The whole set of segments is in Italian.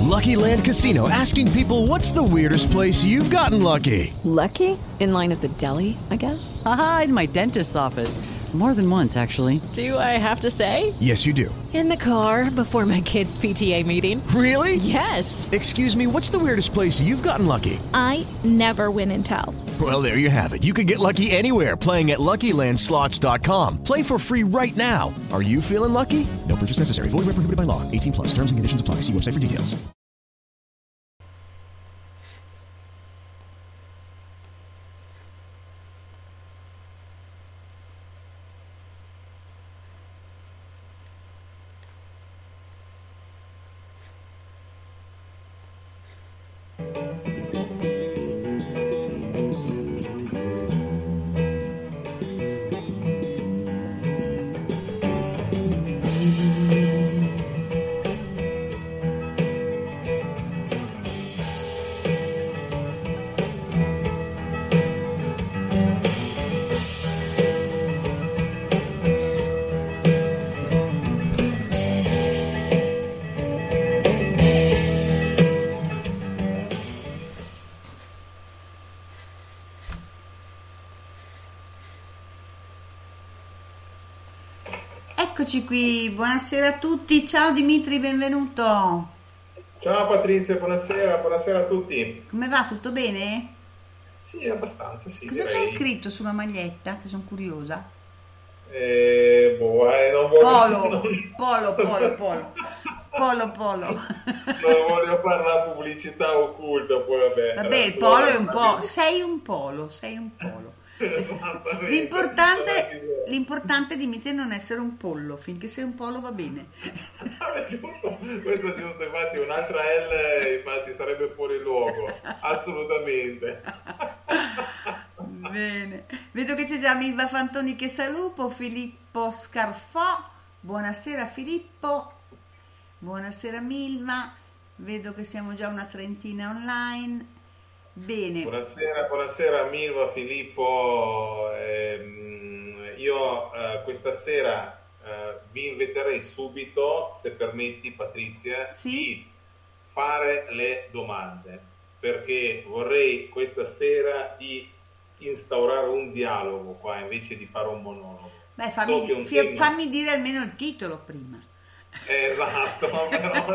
Lucky Land Casino, asking people, what's the weirdest place you've gotten lucky? Lucky? In line at the deli, I guess? Aha, in my dentist's office. More than once, actually. Do I have to say? Yes, you do. In the car before my kids' PTA meeting. Really? Yes. Excuse me, what's the weirdest place you've gotten lucky? I never win and tell. Well, there you have it. You can get lucky anywhere, playing at LuckyLandSlots.com. Play for free right now. Are you feeling lucky? No purchase necessary. Void where prohibited by law. 18 plus. Terms and conditions apply. See website for details. Eccoci qui, buonasera a tutti, ciao Dimitri, benvenuto. Ciao Patrizia, buonasera a tutti. Come va, tutto bene? Sì, abbastanza, sì. Cosa direi. c'hai scritto sulla maglietta, che sono curiosa? Non voglio... Polo. Non voglio fare la pubblicità occulta, poi vabbè. Vabbè, il polo è un po', sei un polo. L'importante Dimitri è non essere un pollo, finché sei un polo va bene. Questo è giusto, infatti un'altra L infatti sarebbe fuori luogo, assolutamente. Bene, vedo che c'è già Milva Fantoni che saluto, Filippo Scarfò, buonasera Filippo, buonasera Milva, vedo che siamo già una trentina online. Bene. Buonasera Milva, Filippo. Io questa sera vi inviterei subito, se permetti Patrizia, sì? di fare le domande, perché vorrei questa sera di instaurare un dialogo qua invece di fare un monologo. Beh, fammi dire almeno il titolo prima. Esatto, però,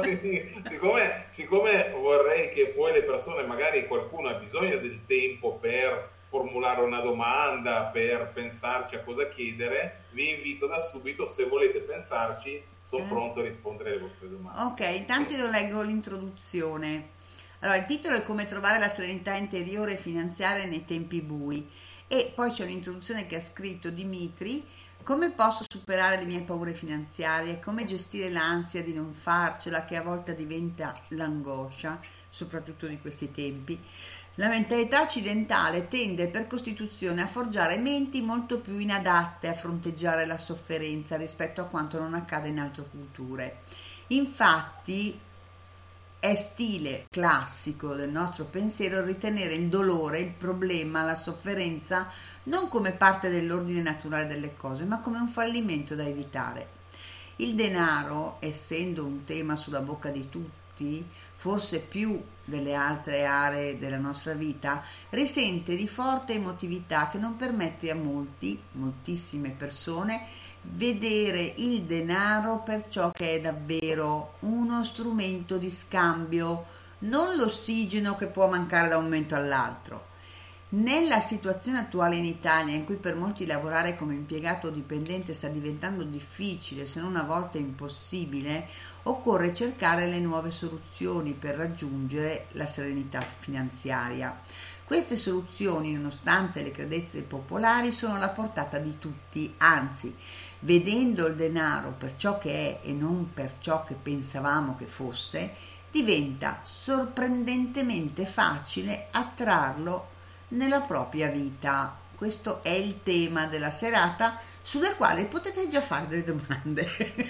siccome vorrei che poi le persone, magari qualcuno ha bisogno del tempo per formulare una domanda, per pensarci a cosa chiedere, vi invito da subito, se volete pensarci, sono pronto a rispondere alle vostre domande. Ok, intanto io leggo l'introduzione. Allora, il titolo è Come trovare la serenità interiore e finanziaria nei tempi bui, e poi c'è un'introduzione che ha scritto Dimitri: come posso superare le mie paure finanziarie, come gestire l'ansia di non farcela, che a volte diventa l'angoscia, soprattutto di questi tempi. La mentalità occidentale tende per costituzione a forgiare menti molto più inadatte a fronteggiare la sofferenza rispetto a quanto non accade in altre culture. Infatti è stile classico del nostro pensiero ritenere il dolore, il problema, la sofferenza non come parte dell'ordine naturale delle cose, ma come un fallimento da evitare. Il denaro, essendo un tema sulla bocca di tutti, forse più delle altre aree della nostra vita, risente di forte emotività che non permette a moltissime persone, vedere il denaro per ciò che è davvero: uno strumento di scambio, non l'ossigeno che può mancare da un momento all'altro. Nella situazione attuale in Italia, in cui per molti lavorare come impiegato o dipendente sta diventando difficile, se non a volte impossibile, occorre cercare le nuove soluzioni per raggiungere la serenità finanziaria. Queste soluzioni, nonostante le credenze popolari, sono alla portata di tutti, anzi, vedendo il denaro per ciò che è e non per ciò che pensavamo che fosse, diventa sorprendentemente facile attrarlo nella propria vita. Questo è il tema della serata, sulla quale potete già fare delle domande.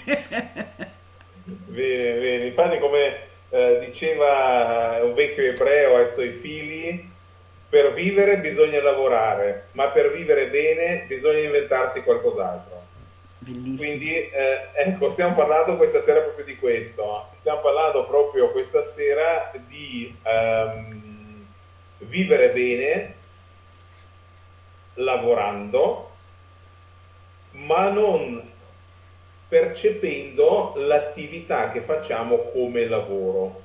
Bene. Infatti, come diceva un vecchio ebreo ai suoi figli, per vivere bisogna lavorare, ma per vivere bene bisogna inventarsi qualcos'altro. Bellissimo. Quindi ecco, stiamo parlando questa sera proprio di questo. Stiamo parlando proprio questa sera di vivere bene lavorando, ma non percependo l'attività che facciamo come lavoro.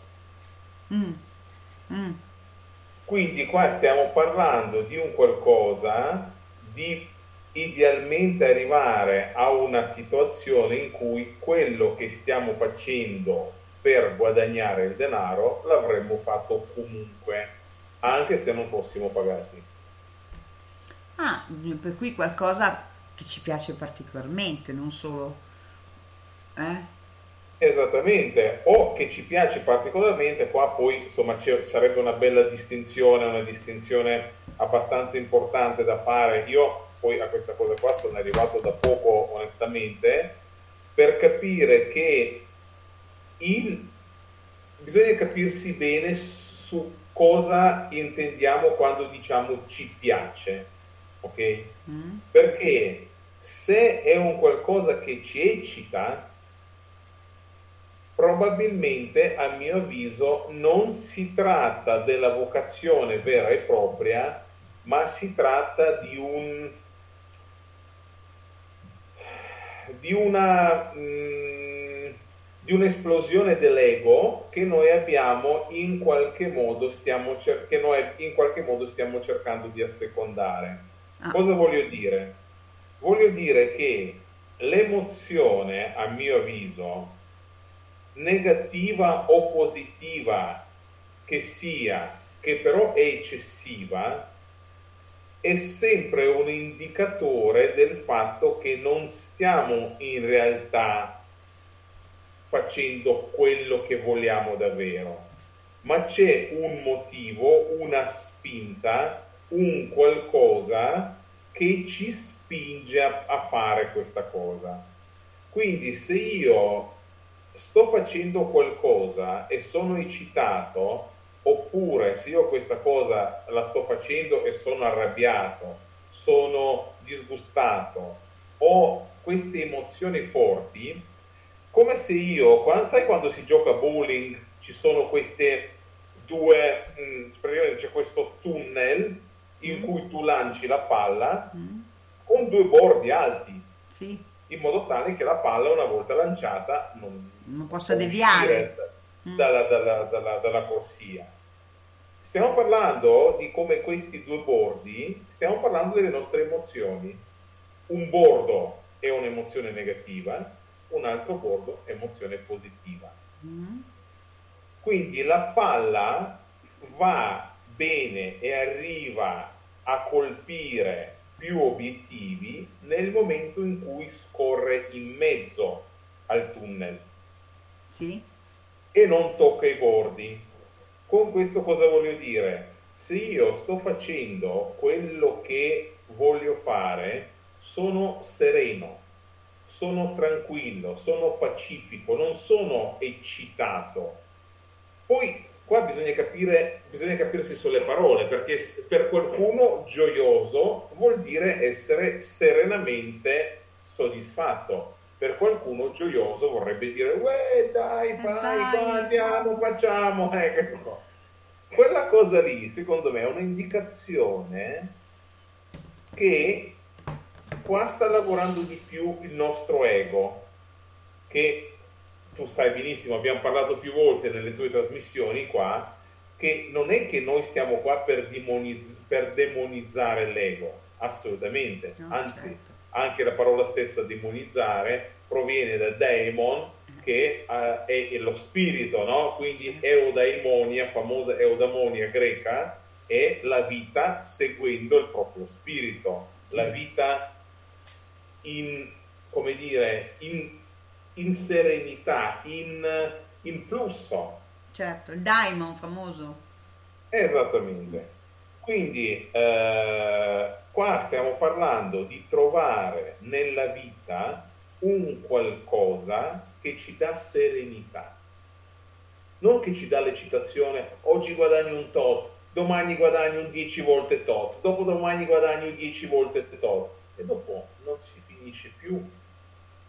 Quindi qua stiamo parlando di un qualcosa di idealmente arrivare a una situazione in cui quello che stiamo facendo per guadagnare il denaro l'avremmo fatto comunque, anche se non fossimo pagati. Ah, per cui qualcosa che ci piace particolarmente, non solo... Esattamente, o che ci piace particolarmente, qua poi insomma sarebbe una bella distinzione, una distinzione abbastanza importante da fare. Io poi a questa cosa qua sono arrivato da poco onestamente, per capire che bisogna capirsi bene su cosa intendiamo quando diciamo ci piace, ok? Perché se è un qualcosa che ci eccita, probabilmente, a mio avviso, non si tratta della vocazione vera e propria, ma si tratta di un'esplosione dell'ego che noi abbiamo in qualche modo stiamo cercando di assecondare. Cosa voglio dire? Voglio dire che l'emozione, a mio avviso, negativa o positiva che sia, che però è eccessiva, è sempre un indicatore del fatto che non stiamo in realtà facendo quello che vogliamo davvero, ma c'è un motivo, una spinta, un qualcosa che ci spinge a fare questa cosa. Quindi se io sto facendo qualcosa e sono eccitato, oppure se io questa cosa la sto facendo e sono arrabbiato, sono disgustato, ho queste emozioni forti, come se io, sai quando si gioca a bowling ci sono queste due, praticamente c'è questo tunnel in cui tu lanci la palla con due bordi alti, sì, in modo tale che la palla una volta lanciata non possa deviare dalla corsia. Stiamo parlando di come questi due bordi, stiamo parlando delle nostre emozioni. Un bordo è un'emozione negativa, un altro bordo è emozione positiva. Quindi la palla va bene e arriva a colpire più obiettivi nel momento in cui scorre in mezzo al tunnel, sì, e non tocca i bordi. Con questo cosa voglio dire? Se io sto facendo quello che voglio fare, sono sereno, sono tranquillo, sono pacifico, non sono eccitato. Poi qua bisogna capirsi sulle parole, perché per qualcuno gioioso vuol dire essere serenamente soddisfatto. Per qualcuno gioioso vorrebbe dire uè dai, vai, andiamo, facciamo. Quella cosa lì secondo me è un'indicazione che qua sta lavorando di più il nostro ego, che tu sai benissimo, abbiamo parlato più volte nelle tue trasmissioni qua, che non è che noi stiamo qua per demonizzare l'ego, assolutamente, no, anzi, certo. Anche la parola stessa demonizzare proviene da daemon, che è lo spirito, no? Quindi eudaimonia, famosa eudaimonia greca, è la vita seguendo il proprio spirito, la vita in serenità, in flusso. Certo, il daimon famoso. Esattamente. Quindi qua stiamo parlando di trovare nella vita un qualcosa che ci dà serenità, non che ci dà l'eccitazione, oggi guadagno un tot, domani guadagno un 10 volte tot, dopodomani guadagno 10 volte tot, e dopo non si finisce più.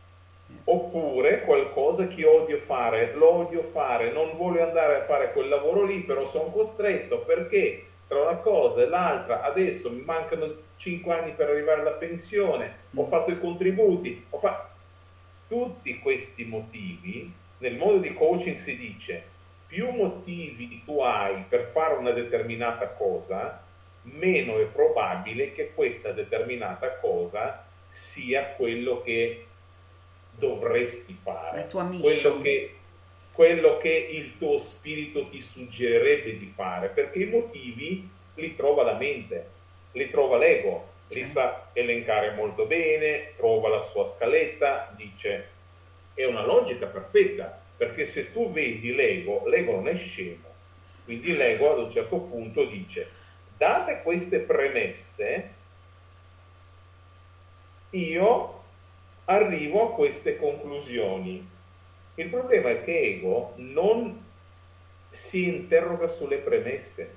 Oppure qualcosa che odio fare, lo odio fare, non voglio andare a fare quel lavoro lì, però sono costretto perché tra una cosa e l'altra adesso mi mancano 5 anni per arrivare alla pensione, ho fatto i contributi, tutti questi motivi. Nel mondo di coaching si dice: più motivi tu hai per fare una determinata cosa, meno è probabile che questa determinata cosa sia quello che dovresti fare, la tua mission, quello che il tuo spirito ti suggerirebbe di fare, perché i motivi li trova la mente, li trova l'ego, li sa elencare molto bene, trova la sua scaletta, dice, è una logica perfetta, perché se tu vedi l'ego non è scemo, quindi l'ego ad un certo punto dice: date queste premesse, io arrivo a queste conclusioni. Il problema è che ego non si interroga sulle premesse,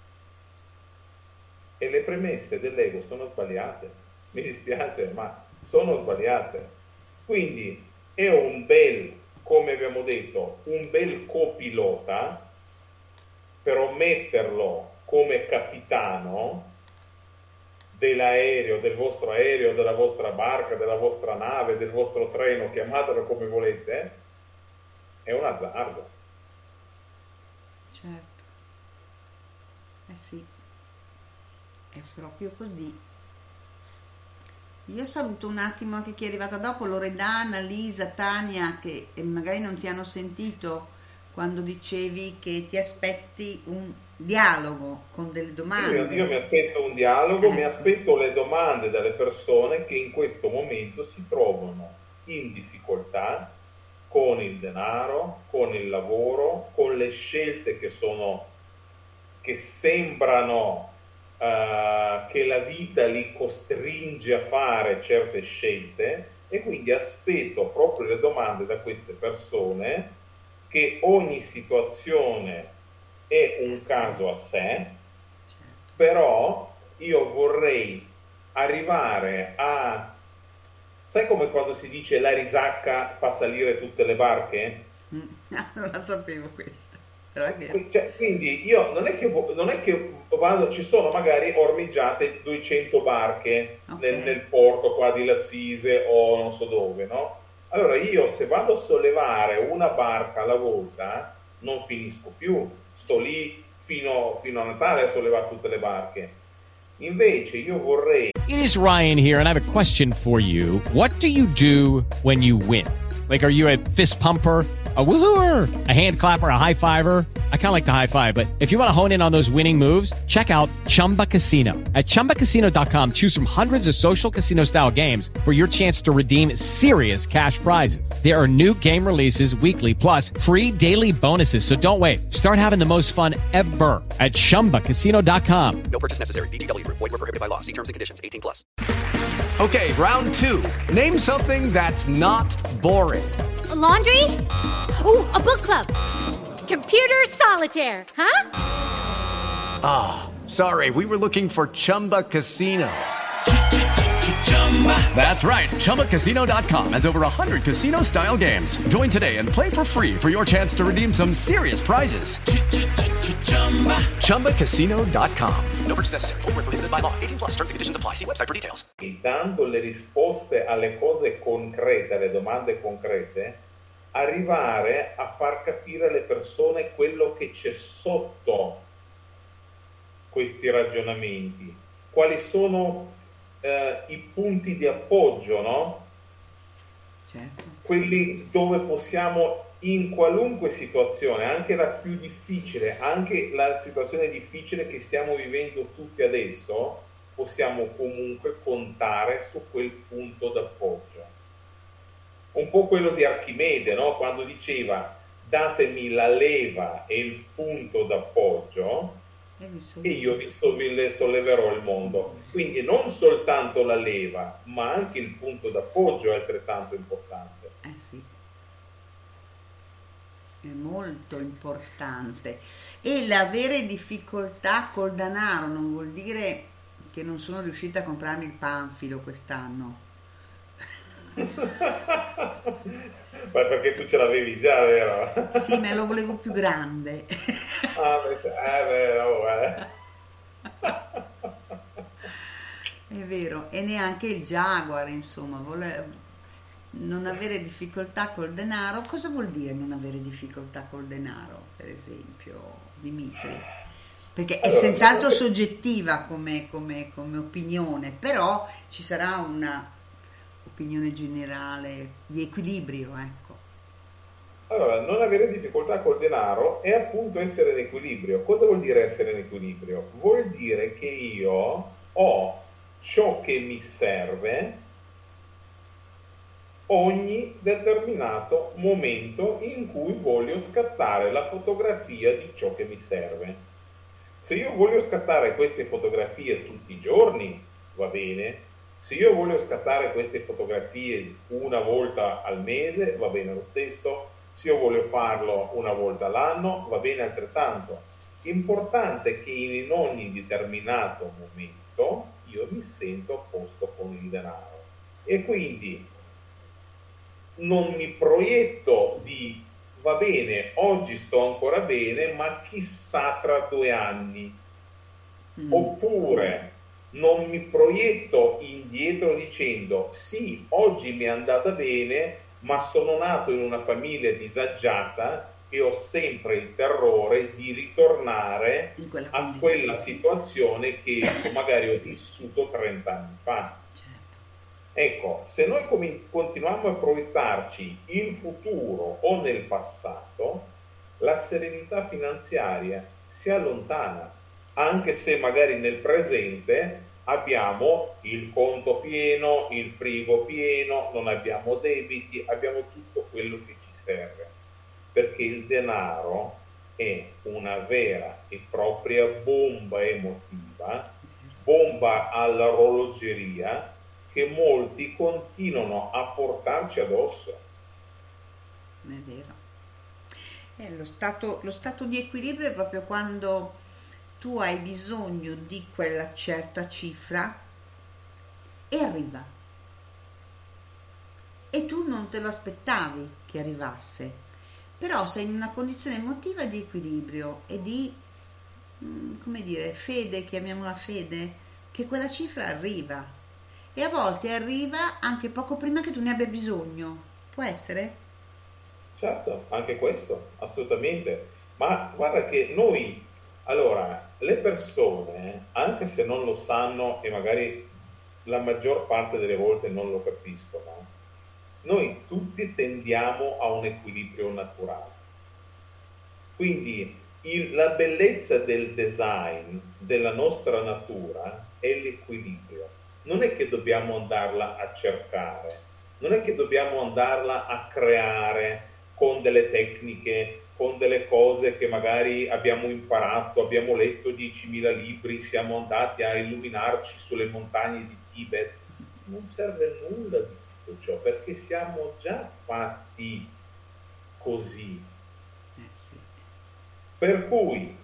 e le premesse dell'ego sono sbagliate, mi dispiace, ma sono sbagliate. Quindi è un bel, come abbiamo detto, un bel copilota, però metterlo come capitano dell'aereo, del vostro aereo, della vostra barca, della vostra nave, del vostro treno, chiamatelo come volete, è un azzardo. Certo, sì, è proprio così. Io saluto un attimo anche chi è arrivata dopo, Loredana, Lisa, Tania, che magari non ti hanno sentito quando dicevi che ti aspetti un dialogo con delle domande. Io mi aspetto un dialogo, mi aspetto le domande dalle persone che in questo momento si trovano in difficoltà con il denaro, con il lavoro, con le scelte che sembrano che la vita li costringe a fare certe scelte, e quindi aspetto proprio le domande da queste persone, che ogni situazione è un caso a sé, però io vorrei arrivare a, sai come quando si dice la risacca fa salire tutte le barche? Non la sapevo questa. Cioè, quindi io non è che vado, ci sono magari ormeggiate 200 barche nel porto qua di Lazzise o non so dove, no? Allora io, se vado a sollevare una barca alla volta, non finisco più, sto lì fino a Natale a sollevare tutte le barche. Invece io vorrei... It is Ryan here, and I have a question for you. What do you do when you win? Like, are you a fist pumper, a woohooer, a hand clapper, a high fiver? I kind of like the high five, but if you want to hone in on those winning moves, check out Chumba Casino. At ChumbaCasino.com, choose from hundreds of social casino style games for your chance to redeem serious cash prizes. There are new game releases weekly, plus free daily bonuses. So don't wait. Start having the most fun ever at ChumbaCasino.com. No purchase necessary. VGW Group. Void where prohibited by law. See terms and conditions. 18+. Okay, round two. Name something that's not boring. A laundry? Ooh, a book club. Computer solitaire, huh? Ah, sorry, we were looking for Chumba Casino. That's right, ChumbaCasino.com has over 100 casino-style games. Join today and play for free for your chance to redeem some serious prizes. ChumbaCasino.com. No purchase necessary. Void where prohibited by law. 18+. Terms and conditions apply. See website for details. Dando le risposte alle cose concrete, alle domande concrete, arrivare a far capire alle persone quello che c'è sotto questi ragionamenti, quali sono i punti di appoggio, no? Certo. Quelli dove possiamo, in qualunque situazione, anche la più difficile, anche la situazione difficile che stiamo vivendo tutti adesso, possiamo comunque contare su quel punto d'appoggio. Un po' quello di Archimede, no? Quando diceva datemi la leva e il punto d'appoggio e io vi solleverò il mondo. Quindi non soltanto la leva, ma anche il punto d'appoggio è altrettanto importante. Sì, è molto importante. E l'avere difficoltà col denaro non vuol dire che non sono riuscita a comprarmi il panfilo quest'anno. Ma perché tu ce l'avevi già, vero? Sì, ma lo volevo più grande. Vero, È vero, e neanche il Jaguar, insomma, non avere difficoltà col denaro. Cosa vuol dire non avere difficoltà col denaro, per esempio, Dimitri? Perché è senz'altro soggettiva come opinione, però ci sarà una opinione generale di equilibrio, ecco. Allora, non avere difficoltà col denaro è appunto essere in equilibrio. Cosa vuol dire essere in equilibrio? Vuol dire che io ho ciò che mi serve ogni determinato momento in cui voglio scattare la fotografia di ciò che mi serve. Se io voglio scattare queste fotografie tutti i giorni, va bene. Se io voglio scattare queste fotografie una volta al mese, va bene lo stesso. Se io voglio farlo una volta all'anno, va bene altrettanto. L'importante è che in ogni determinato momento io mi sento a posto con il denaro. E quindi non mi proietto di va bene, oggi sto ancora bene, ma chissà tra 2 anni. Oppure non mi proietto indietro dicendo sì, oggi mi è andata bene, ma sono nato in una famiglia disagiata e ho sempre il terrore di ritornare a quella situazione che magari ho vissuto 30 anni fa. Ecco, se noi continuiamo a proiettarci in futuro o nel passato, la serenità finanziaria si allontana, anche se magari nel presente abbiamo il conto pieno, il frigo pieno, non abbiamo debiti, abbiamo tutto quello che ci serve, perché il denaro è una vera e propria bomba emotiva, bomba all'orologeria, che molti continuano a portarci addosso. È vero. Lo stato di equilibrio è proprio quando tu hai bisogno di quella certa cifra e arriva. E tu non te lo aspettavi che arrivasse, però sei in una condizione emotiva di equilibrio e di, come dire, fede, chiamiamola fede, che quella cifra arriva. E a volte arriva anche poco prima che tu ne abbia bisogno. Può essere? Certo, anche questo, assolutamente. Ma guarda che noi, allora, le persone, anche se non lo sanno e magari la maggior parte delle volte non lo capiscono, noi tutti tendiamo a un equilibrio naturale. Quindi la bellezza del design della nostra natura è l'equilibrio. Non è che dobbiamo andarla a cercare, non è che dobbiamo andarla a creare con delle tecniche, con delle cose che magari abbiamo imparato, abbiamo letto 10.000 libri, siamo andati a illuminarci sulle montagne di Tibet. Non serve nulla di tutto ciò, perché siamo già fatti così. Sì. Per cui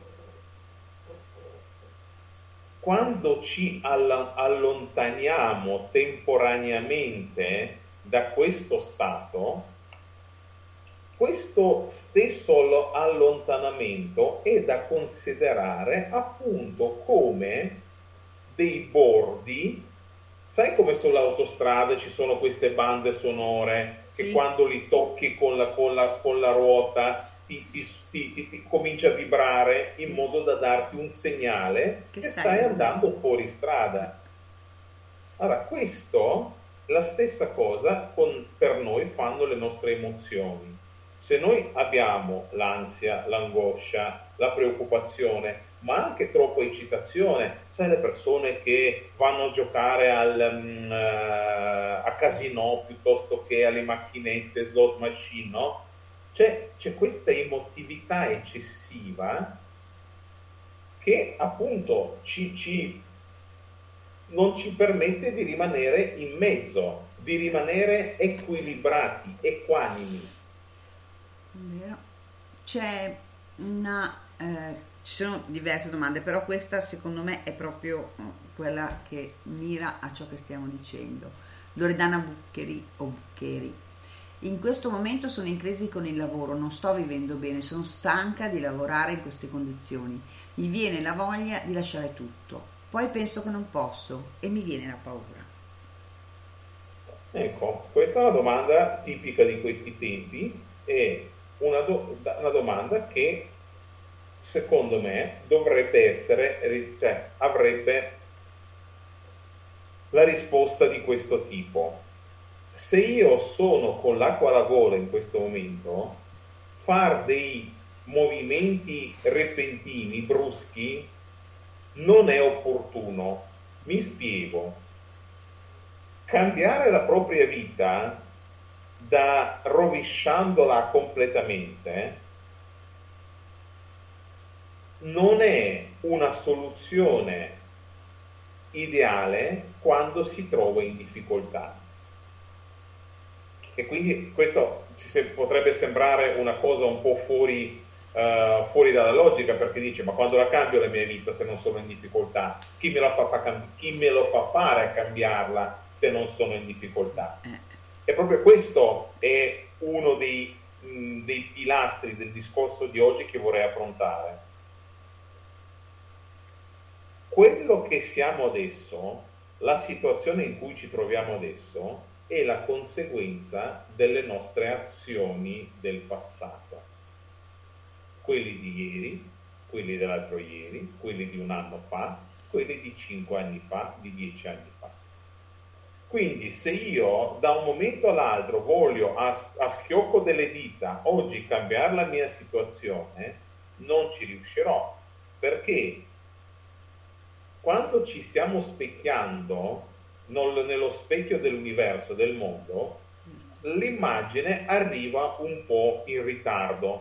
quando ci allontaniamo temporaneamente da questo stato, questo stesso allontanamento è da considerare appunto come dei bordi. Sai come sull'autostrada ci sono queste bande sonore che quando li tocchi con la ruota ti comincia a vibrare in modo da darti un segnale che stai andando fuori strada. Allora, questo, la stessa cosa per noi fanno le nostre emozioni. Se noi abbiamo l'ansia, l'angoscia, la preoccupazione, ma anche troppa eccitazione, sai le persone che vanno a giocare a casinò piuttosto che alle macchinette, slot machine, no? C'è questa emotività eccessiva che appunto non ci permette di rimanere in mezzo, di rimanere equilibrati, equanimi. Ci sono diverse domande, però questa secondo me è proprio quella che mira a ciò che stiamo dicendo. Loredana Buccheri o Buccheri. In questo momento sono in crisi con il lavoro, non sto vivendo bene, sono stanca di lavorare in queste condizioni. Mi viene la voglia di lasciare tutto, poi penso che non posso e mi viene la paura. Ecco, questa è una domanda tipica di questi tempi e una domanda che secondo me dovrebbe essere, cioè avrebbe la risposta di questo tipo. Se io sono con l'acqua alla gola in questo momento, far dei movimenti repentini, bruschi, non è opportuno. Mi spiego. Cambiare la propria vita da rovesciandola completamente non è una soluzione ideale quando si trova in difficoltà. E quindi questo potrebbe sembrare una cosa un po' fuori dalla logica, perché dice: ma quando la cambio la mia vita se non sono in difficoltà? Chi me lo fa fare a cambiarla se non sono in difficoltà? E proprio questo è uno dei pilastri del discorso di oggi che vorrei affrontare. Quello che siamo adesso, la situazione in cui ci troviamo adesso, è la conseguenza delle nostre azioni del passato. Quelli di ieri, quelli dell'altro ieri, quelli di un anno fa, quelli di 5 anni fa, di 10 anni fa. Quindi se io da un momento all'altro voglio a schiocco delle dita oggi cambiare la mia situazione, non ci riuscirò, perché quando ci stiamo specchiando nello specchio dell'universo, del mondo, l'immagine arriva un po' in ritardo.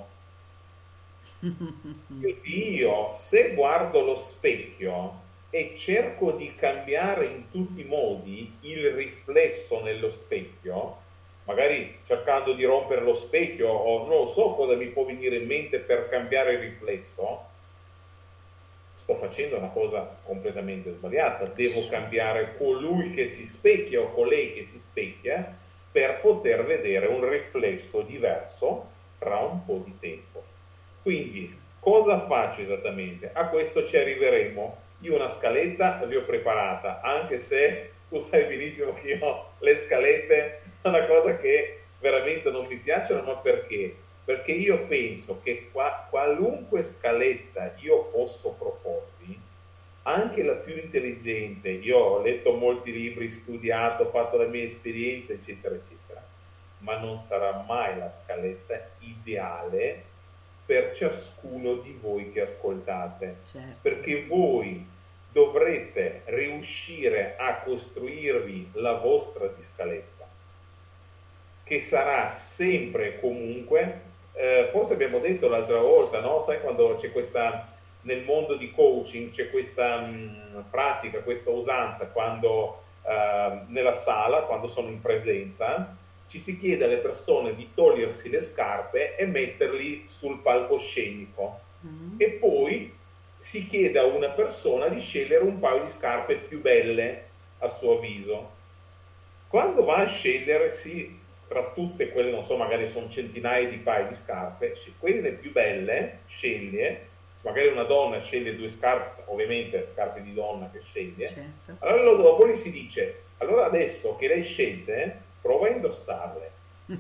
Quindi io, se guardo lo specchio e cerco di cambiare in tutti i modi il riflesso nello specchio, magari cercando di rompere lo specchio o non lo so cosa mi può venire in mente per cambiare il riflesso, sto facendo una cosa completamente sbagliata. Devo cambiare colui che si specchia o colei che si specchia per poter vedere un riflesso diverso tra un po' di tempo. Quindi cosa faccio esattamente? A questo ci arriveremo. Io una scaletta vi ho preparata, anche se tu sai benissimo che io le scalette è una cosa che veramente non mi piacciono, ma perché? Perché io penso che qualunque scaletta io posso proporvi, anche la più intelligente, io ho letto molti libri, studiato, ho fatto le mie esperienze, eccetera, eccetera, ma non sarà mai la scaletta ideale per ciascuno di voi che ascoltate. Certo. Perché voi dovrete riuscire a costruirvi la vostra di scaletta, che sarà sempre e comunque, forse abbiamo detto l'altra volta, no? Sai, quando c'è questa, nel mondo di coaching c'è questa pratica, questa usanza, quando nella sala, quando sono in presenza, ci si chiede alle persone di togliersi le scarpe e metterli sul palcoscenico, e poi si chiede a una persona di scegliere un paio di scarpe più belle a suo avviso. Quando va a scegliere, tra tutte quelle, non so, magari sono centinaia di paia di scarpe, quelle più belle sceglie. Magari una donna sceglie 2 scarpe, ovviamente scarpe di donna che sceglie, certo. Allora dopo gli si dice: allora adesso che le hai scelte, prova a indossarle.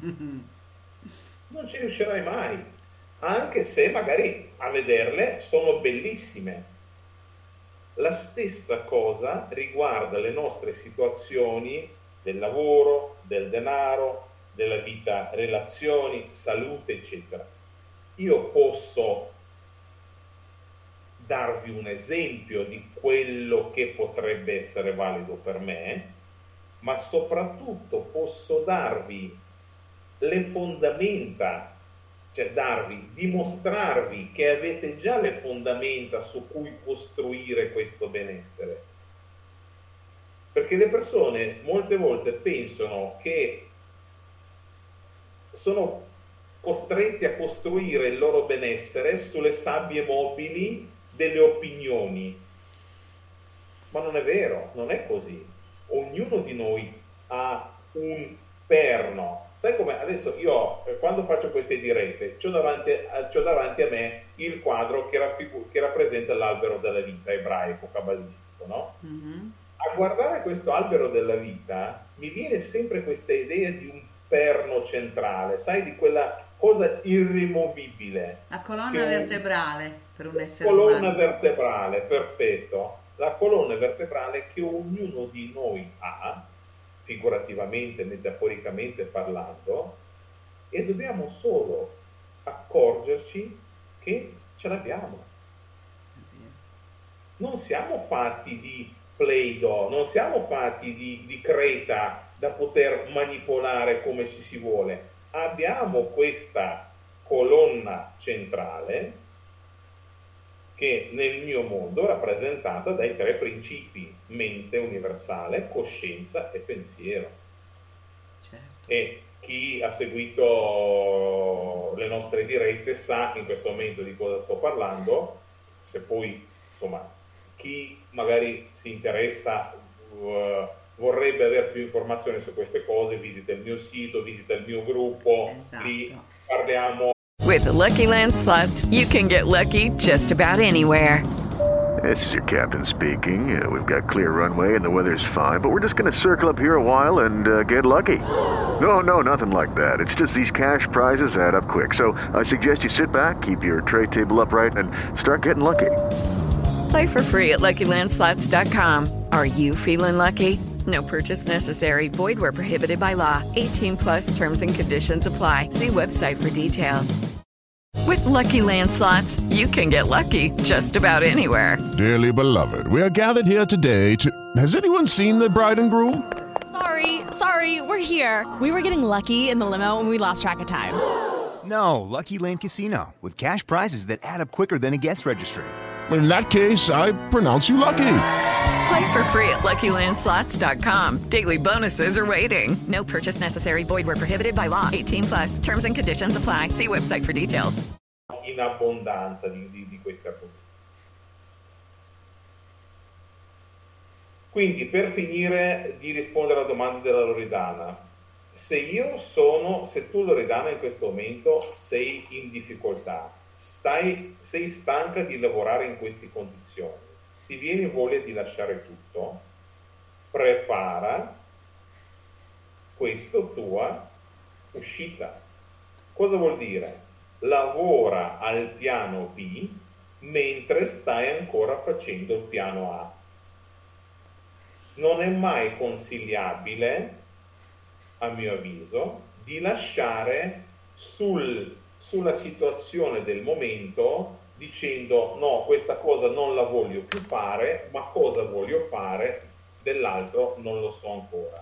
Non ci riuscirai mai, anche se magari a vederle sono bellissime. La stessa cosa riguarda le nostre situazioni del lavoro, del denaro, della vita, relazioni, salute, eccetera. Io posso darvi un esempio di quello che potrebbe essere valido per me, ma soprattutto posso darvi le fondamenta, cioè dimostrarvi che avete già le fondamenta su cui costruire questo benessere. Perché le persone molte volte pensano che sono costretti a costruire il loro benessere sulle sabbie mobili delle opinioni, ma non è vero, non è così. Ognuno di noi a un perno. Sai come adesso io quando faccio queste dirette c'ho davanti a me il quadro che rappresenta l'albero della vita ebraico, cabalistico, no? Mm-hmm. A guardare questo albero della vita mi viene sempre questa idea di un perno centrale, sai, di quella cosa irrimovibile. La colonna vertebrale per un essere umano. Colonna vertebrale, perfetto. La colonna vertebrale che ognuno di noi ha, figurativamente, metaforicamente parlando, e dobbiamo solo accorgerci che ce l'abbiamo. Non siamo fatti di Play-Doh, non siamo fatti di creta da poter manipolare come ci si vuole. Abbiamo questa colonna centrale che nel mio mondo è rappresentata dai 3 principi: mente universale, coscienza e pensiero. Certo. E chi ha seguito le nostre dirette sa in questo momento di cosa sto parlando. Se poi, insomma, chi magari si interessa, vorrebbe avere più informazioni su queste cose, visita il mio sito, visita il mio gruppo. Esatto. Lì parliamo. With the Lucky Land Slots, you can get lucky just about anywhere. This is your captain speaking. We've got clear runway and the weather's fine, but we're just going to circle up here a while and get lucky. No, nothing like that. It's just these cash prizes add up quick. So I suggest you sit back, keep your tray table upright, and start getting lucky. Play for free at LuckyLandSlots.com. Are you feeling lucky? No purchase necessary. Void where prohibited by law. 18+ terms and conditions apply. See website for details. With Lucky Land Slots, you can get lucky just about anywhere. Dearly beloved, we are gathered here today to... Has anyone seen the bride and groom? Sorry, we're here. We were getting lucky in the limo and we lost track of time. No, Lucky Land Casino, with cash prizes that add up quicker than a guest registry. In that case, I pronounce you lucky. Play for free at LuckyLandSlots.com. Daily bonuses are waiting. No purchase necessary. Void where prohibited by law. 18+. Terms and conditions apply. See website for details. In abbondanza di queste argomenti. Quindi, per finire di rispondere alla domanda della Loredana, se tu Loredana in questo momento sei in difficoltà, sei stanca di lavorare in queste condizioni, ti viene voglia di lasciare tutto, prepara questa tua uscita. Cosa vuol dire? Lavora al piano B mentre stai ancora facendo il piano A. Non è mai consigliabile, a mio avviso, di lasciare sulla situazione del momento dicendo no, questa cosa non la voglio più fare, ma cosa voglio fare dell'altro non lo so ancora.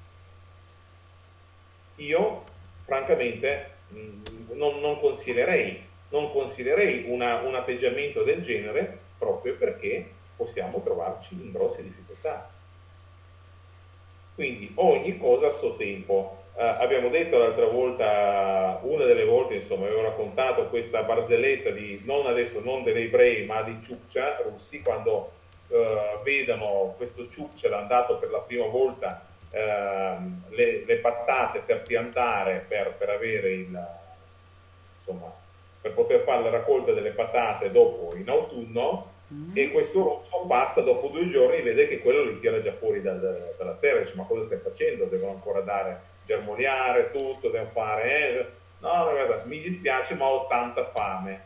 Io francamente non consiglierei un atteggiamento del genere, proprio perché possiamo trovarci in grosse difficoltà. Quindi ogni cosa a suo tempo. Abbiamo detto l'altra volta, una delle volte, insomma, avevo raccontato questa barzelletta non degli ebrei, ma di Ciuccia russi, quando vedono questo Ciuccia andato per la prima volta le patate per piantare, per avere per poter fare la raccolta delle patate dopo in autunno, e questo rosso passa dopo 2 giorni, vede che quello li tira già fuori dalla terra, dice: ma cosa stai facendo? Devono ancora germogliare tutto, devo fare no, guarda, mi dispiace ma ho tanta fame.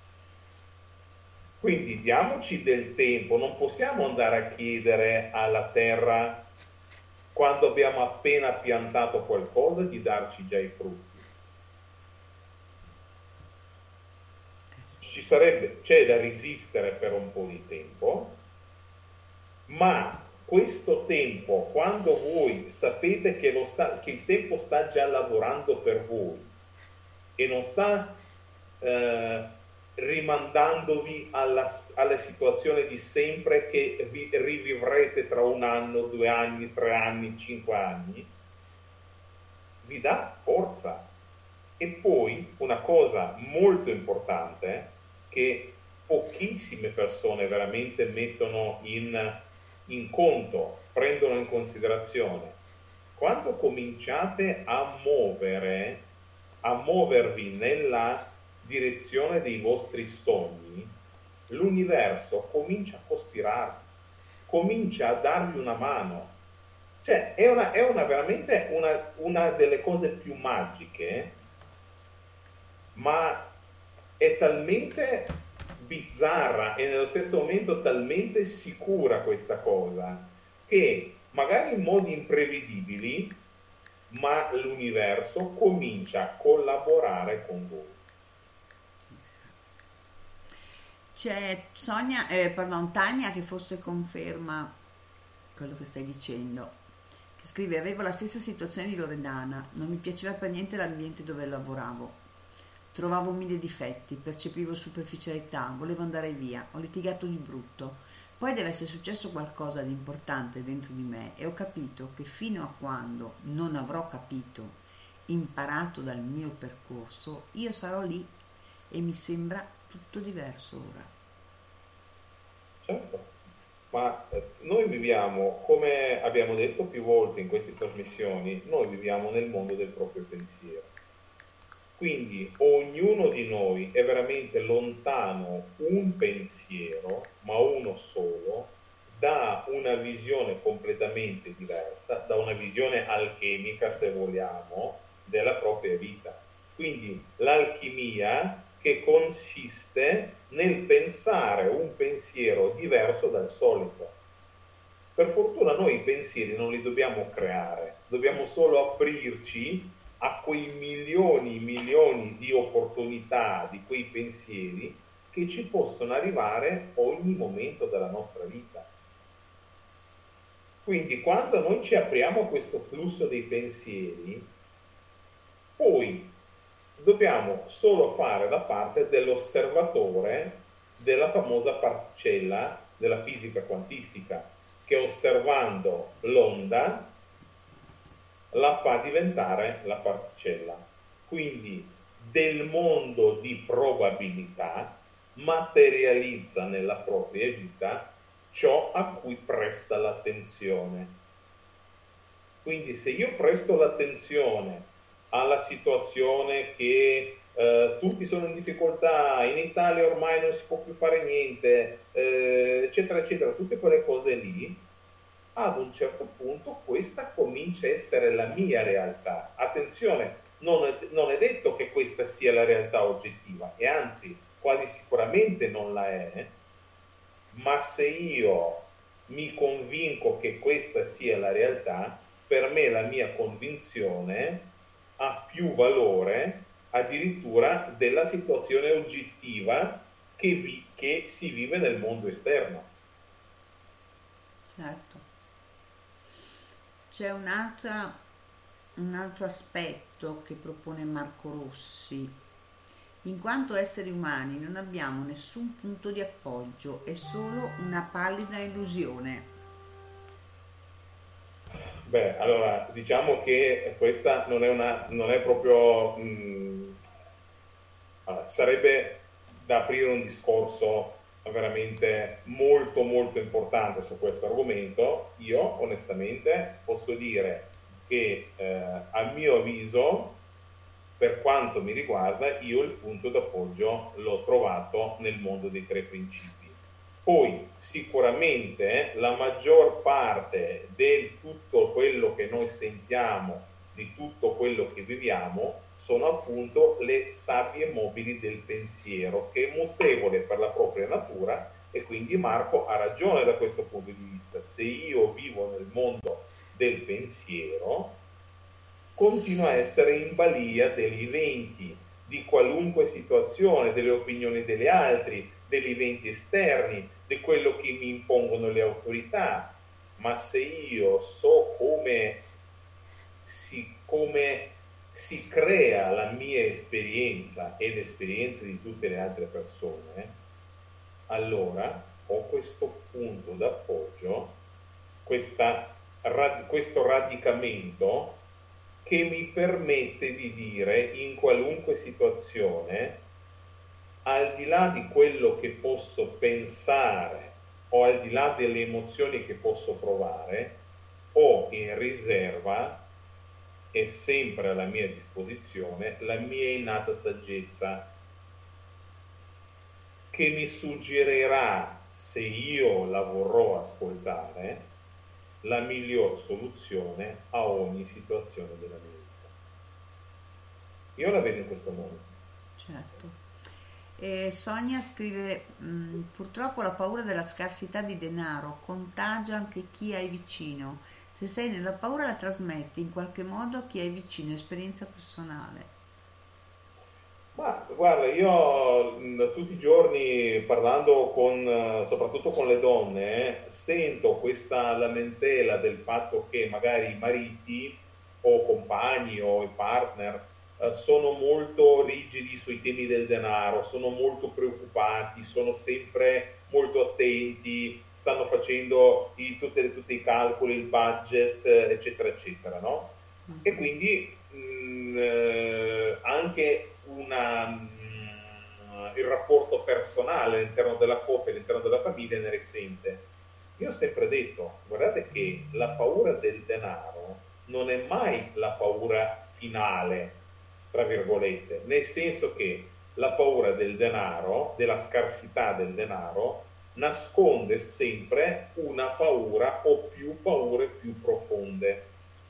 Quindi diamoci del tempo, non possiamo andare a chiedere alla terra, quando abbiamo appena piantato qualcosa, di darci già i frutti. C'è da resistere per un po' di tempo, ma questo tempo, quando voi sapete che il tempo sta già lavorando per voi e non sta rimandandovi alla situazione di sempre che vi rivivrete tra 1 anno, 2 anni, 3 anni, 5 anni, vi dà forza. E poi una cosa molto importante che pochissime persone veramente mettono in conto, prendono in considerazione: quando cominciate a muovervi nella direzione dei vostri sogni, l'universo comincia a cospirare, comincia a darvi una mano. Cioè è veramente una delle cose più magiche, ma è talmente bizzarra e nello stesso momento talmente sicura questa cosa, che magari in modi imprevedibili, ma l'universo comincia a collaborare con voi. C'è Tania che forse conferma quello che stai dicendo, che scrive: avevo la stessa situazione di Loredana, non mi piaceva per niente l'ambiente dove lavoravo, trovavo mille difetti, percepivo superficialità, volevo andare via, ho litigato di brutto. Poi deve essere successo qualcosa di importante dentro di me e ho capito che fino a quando non avrò capito, imparato dal mio percorso, io sarò lì e mi sembra tutto diverso ora. Certo, ma noi viviamo, come abbiamo detto più volte in queste trasmissioni, noi viviamo nel mondo del proprio pensiero. Quindi ognuno di noi è veramente lontano un pensiero, ma uno solo, da una visione completamente diversa, da una visione alchemica, se vogliamo, della propria vita. Quindi l'alchimia che consiste nel pensare un pensiero diverso dal solito. Per fortuna noi i pensieri non li dobbiamo creare, dobbiamo solo aprirci a quei milioni di opportunità, di quei pensieri che ci possono arrivare ogni momento della nostra vita. Quindi quando noi ci apriamo a questo flusso dei pensieri, poi dobbiamo solo fare la parte dell'osservatore della famosa particella della fisica quantistica, che osservando l'onda la fa diventare la particella. Quindi del mondo di probabilità materializza nella propria vita ciò a cui presta l'attenzione. Quindi se io presto l'attenzione alla situazione che tutti sono in difficoltà, in Italia ormai non si può più fare niente, eccetera eccetera, tutte quelle cose lì, ad un certo punto questa comincia a essere la mia realtà. Attenzione, non è detto che questa sia la realtà oggettiva, e anzi quasi sicuramente non la è, ma se io mi convinco che questa sia la realtà, per me la mia convinzione ha più valore addirittura della situazione oggettiva che si vive nel mondo esterno. Certo. C'è un altro aspetto che propone Marco Rossi. In quanto esseri umani non abbiamo nessun punto di appoggio, è solo una pallida illusione. Beh, allora diciamo che questa non è proprio allora, sarebbe da aprire un discorso veramente molto molto importante su questo argomento. Io onestamente posso dire che a mio avviso, per quanto mi riguarda, io il punto d'appoggio l'ho trovato nel mondo dei tre principi. Poi sicuramente la maggior parte di tutto quello che noi sentiamo, di tutto quello che viviamo, sono appunto le sabbie mobili del pensiero, che è mutevole per la propria natura, e quindi Marco ha ragione da questo punto di vista. Se io vivo nel mondo del pensiero, continuo a essere in balia degli eventi, di qualunque situazione, delle opinioni degli altri, degli eventi esterni, di quello che mi impongono le autorità. Ma se io so come si crea la mia esperienza e l'esperienza di tutte le altre persone, allora ho questo punto d'appoggio, questo radicamento che mi permette di dire in qualunque situazione, al di là di quello che posso pensare o al di là delle emozioni che posso provare, ho in riserva è sempre a mia disposizione la mia innata saggezza, che mi suggerirà, se io la vorrò ascoltare, la miglior soluzione a ogni situazione della mia vita. Io la vedo in questo modo. Certo. Sonia scrive: purtroppo la paura della scarsità di denaro contagia anche chi hai vicino. Se sei nella paura la trasmetti in qualche modo a chi hai vicino, esperienza personale. Ma guarda, io tutti i giorni parlando soprattutto con le donne, sento questa lamentela del fatto che magari i mariti o compagni o i partner sono molto rigidi sui temi del denaro, sono molto preoccupati, sono sempre molto attenti, stanno facendo tutti i calcoli, il budget, eccetera, eccetera, no? E quindi anche il rapporto personale all'interno della coppia, all'interno della famiglia ne risente. Io ho sempre detto, guardate che la paura del denaro non è mai la paura finale, tra virgolette, nel senso che la paura del denaro, della scarsità del denaro, nasconde sempre una paura o più paure più profonde,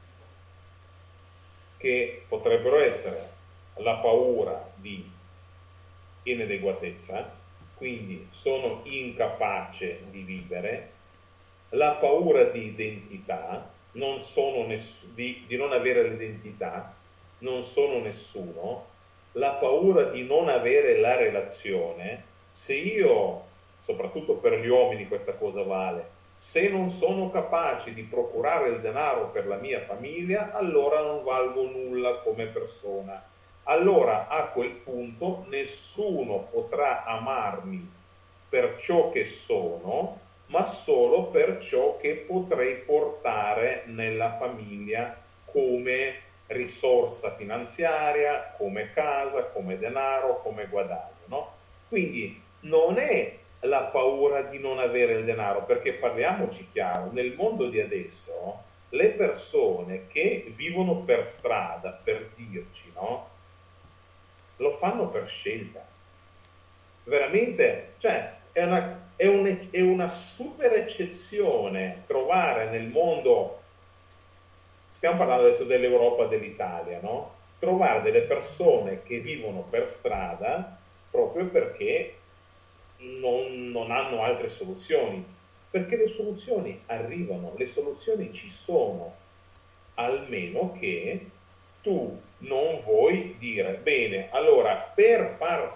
che potrebbero essere la paura di inadeguatezza, quindi sono incapace di vivere, la paura di identità, non sono di non avere l'identità, non sono nessuno, la paura di non avere la relazione. Se io, soprattutto per gli uomini questa cosa vale, se non sono capace di procurare il denaro per la mia famiglia, allora non valgo nulla come persona. Allora a quel punto nessuno potrà amarmi per ciò che sono, ma solo per ciò che potrei portare nella famiglia come risorsa finanziaria, come casa, come denaro, come guadagno, no? Quindi non è la paura di non avere il denaro, perché parliamoci chiaro, nel mondo di adesso le persone che vivono per strada, per dirci, no? Lo fanno per scelta. Veramente, cioè, è una super eccezione trovare nel mondo, stiamo parlando adesso dell'Europa, dell'Italia, no? Trovare delle persone che vivono per strada proprio perché non hanno altre soluzioni, perché le soluzioni arrivano, le soluzioni ci sono, almeno che tu non vuoi dire, bene, allora per far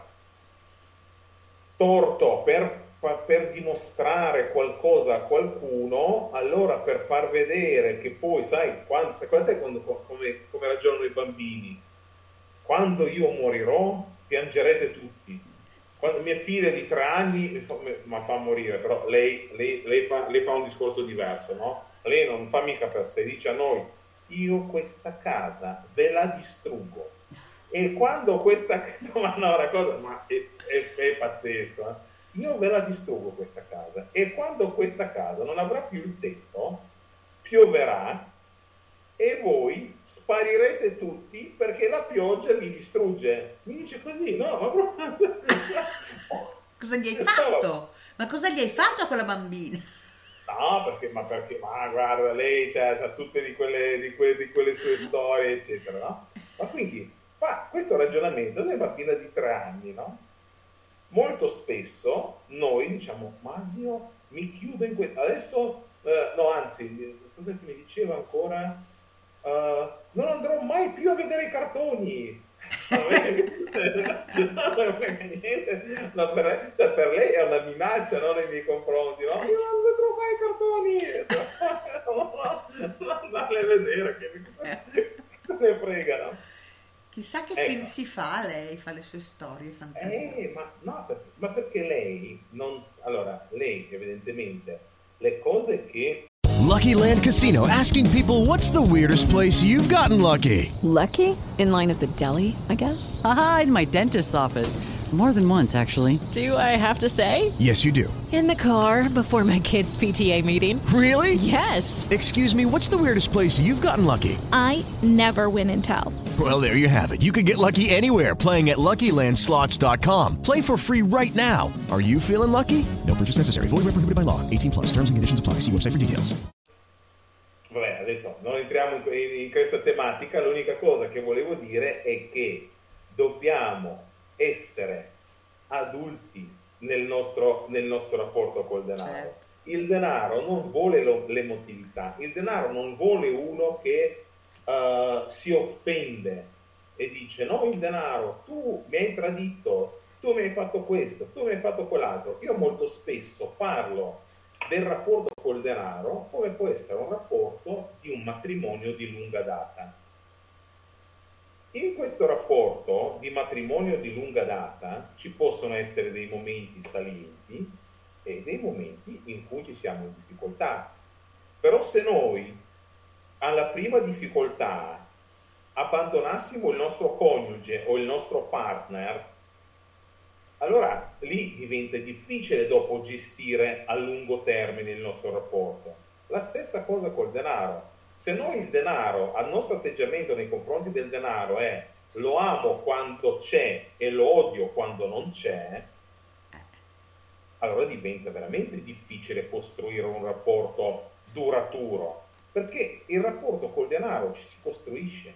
torto, per dimostrare qualcosa a qualcuno, allora per far vedere che poi, sai come ragionano i bambini, quando io morirò piangerete tutti. Quando mia figlia di 3 anni mi fa morire, però lei fa un discorso diverso, no? Lei non fa mica per sé, dice a noi: io questa casa ve la distruggo, e quando questa ma no, una cosa, ma è pazzesco, io ve la distruggo questa casa, e quando questa casa non avrà più il tetto, pioverà e voi sparirete tutti perché la pioggia vi distrugge. Mi dice così, no? Ma cosa gli hai fatto? Ma cosa gli hai fatto a quella bambina? No, perché guarda, lei c'ha tutte di quelle sue storie, eccetera, no? Ma quindi fa questo ragionamento della bambina di 3 anni, no? Molto spesso noi diciamo: ma io mi chiudo in questo, adesso no, anzi, cosa che mi diceva ancora? Non andrò mai più a vedere i cartoni. Per lei è una minaccia, no, nei miei confronti, no? Io non vedrò mai i cartoni. Non andarle a vedere, che ne frega, no? Chissà che film si fa, lei fa le sue storie fantasiose. Ma perché lei non, allora, lei evidentemente le cose che Lucky Land Casino, asking people, what's the weirdest place you've gotten lucky? Lucky? In line at the deli, I guess? Aha, in my dentist's office. More than once, actually. Do I have to say? Yes, you do. In the car before my kids' PTA meeting. Really? Yes. Excuse me, what's the weirdest place you've gotten lucky? I never win and tell. Well, there you have it. You can get lucky anywhere, playing at LuckyLandSlots.com. Play for free right now. Are you feeling lucky? No purchase necessary. Void where prohibited by law. 18 plus. Terms and conditions apply. See website for details. Vabbè, adesso non entriamo in questa tematica. L'unica cosa che volevo dire è che dobbiamo essere adulti nel nostro rapporto col denaro. Certo. Il denaro non vuole l'emotività, il denaro non vuole uno che si offende e dice: no, il denaro, tu mi hai tradito, tu mi hai fatto questo, tu mi hai fatto quell'altro. Io molto spesso parlo del rapporto col denaro come può essere un rapporto di un matrimonio di lunga data. In questo rapporto di matrimonio di lunga data ci possono essere dei momenti salienti e dei momenti in cui ci siamo in difficoltà. Però se noi alla prima difficoltà abbandonassimo il nostro coniuge o il nostro partner, allora lì diventa difficile dopo gestire a lungo termine il nostro rapporto. La stessa cosa col denaro. Se noi il denaro, al nostro atteggiamento nei confronti del denaro è lo amo quando c'è e lo odio quando non c'è, allora diventa veramente difficile costruire un rapporto duraturo, perché il rapporto col denaro ci si costruisce.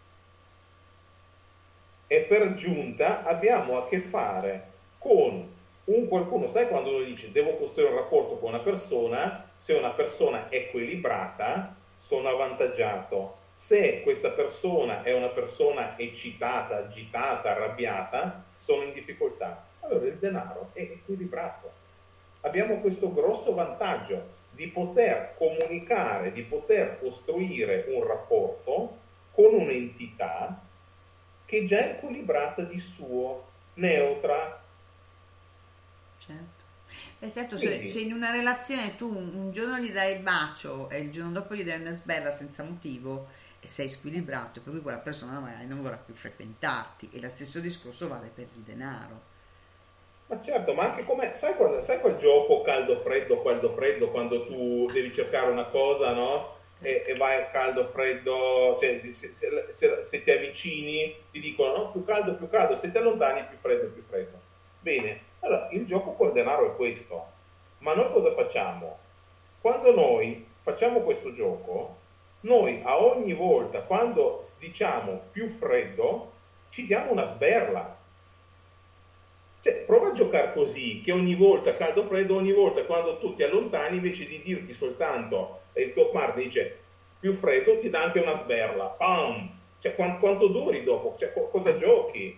E per giunta abbiamo a che fare con un qualcuno, sai quando uno dice devo costruire un rapporto con una persona, se una persona è equilibrata, sono avvantaggiato. Se questa persona è una persona eccitata, agitata, arrabbiata, sono in difficoltà. Allora il denaro è equilibrato. Abbiamo questo grosso vantaggio di poter comunicare, di poter costruire un rapporto con un'entità che già è equilibrata di suo, neutra. Certo. Certo, se in una relazione tu un giorno gli dai il bacio e il giorno dopo gli dai una sberla senza motivo, e sei squilibrato, per cui quella persona magari non vorrà più frequentarti, e lo stesso discorso vale per il denaro. Ma certo, ma anche come sai quel gioco caldo freddo, quando tu devi cercare una cosa, no? E vai caldo freddo, cioè se ti avvicini ti dicono no, più caldo, se ti allontani più freddo. Bene, allora il gioco col denaro è questo, ma noi cosa facciamo? Quando noi facciamo questo gioco, noi a ogni volta quando diciamo più freddo ci diamo una sberla. Cioè prova a giocare così, che ogni volta caldo freddo, ogni volta quando tu ti allontani, invece di dirti soltanto, e il tuo partner dice più freddo, ti dà anche una sberla. Pam! Cioè quanto duri dopo? Cioè, cosa giochi?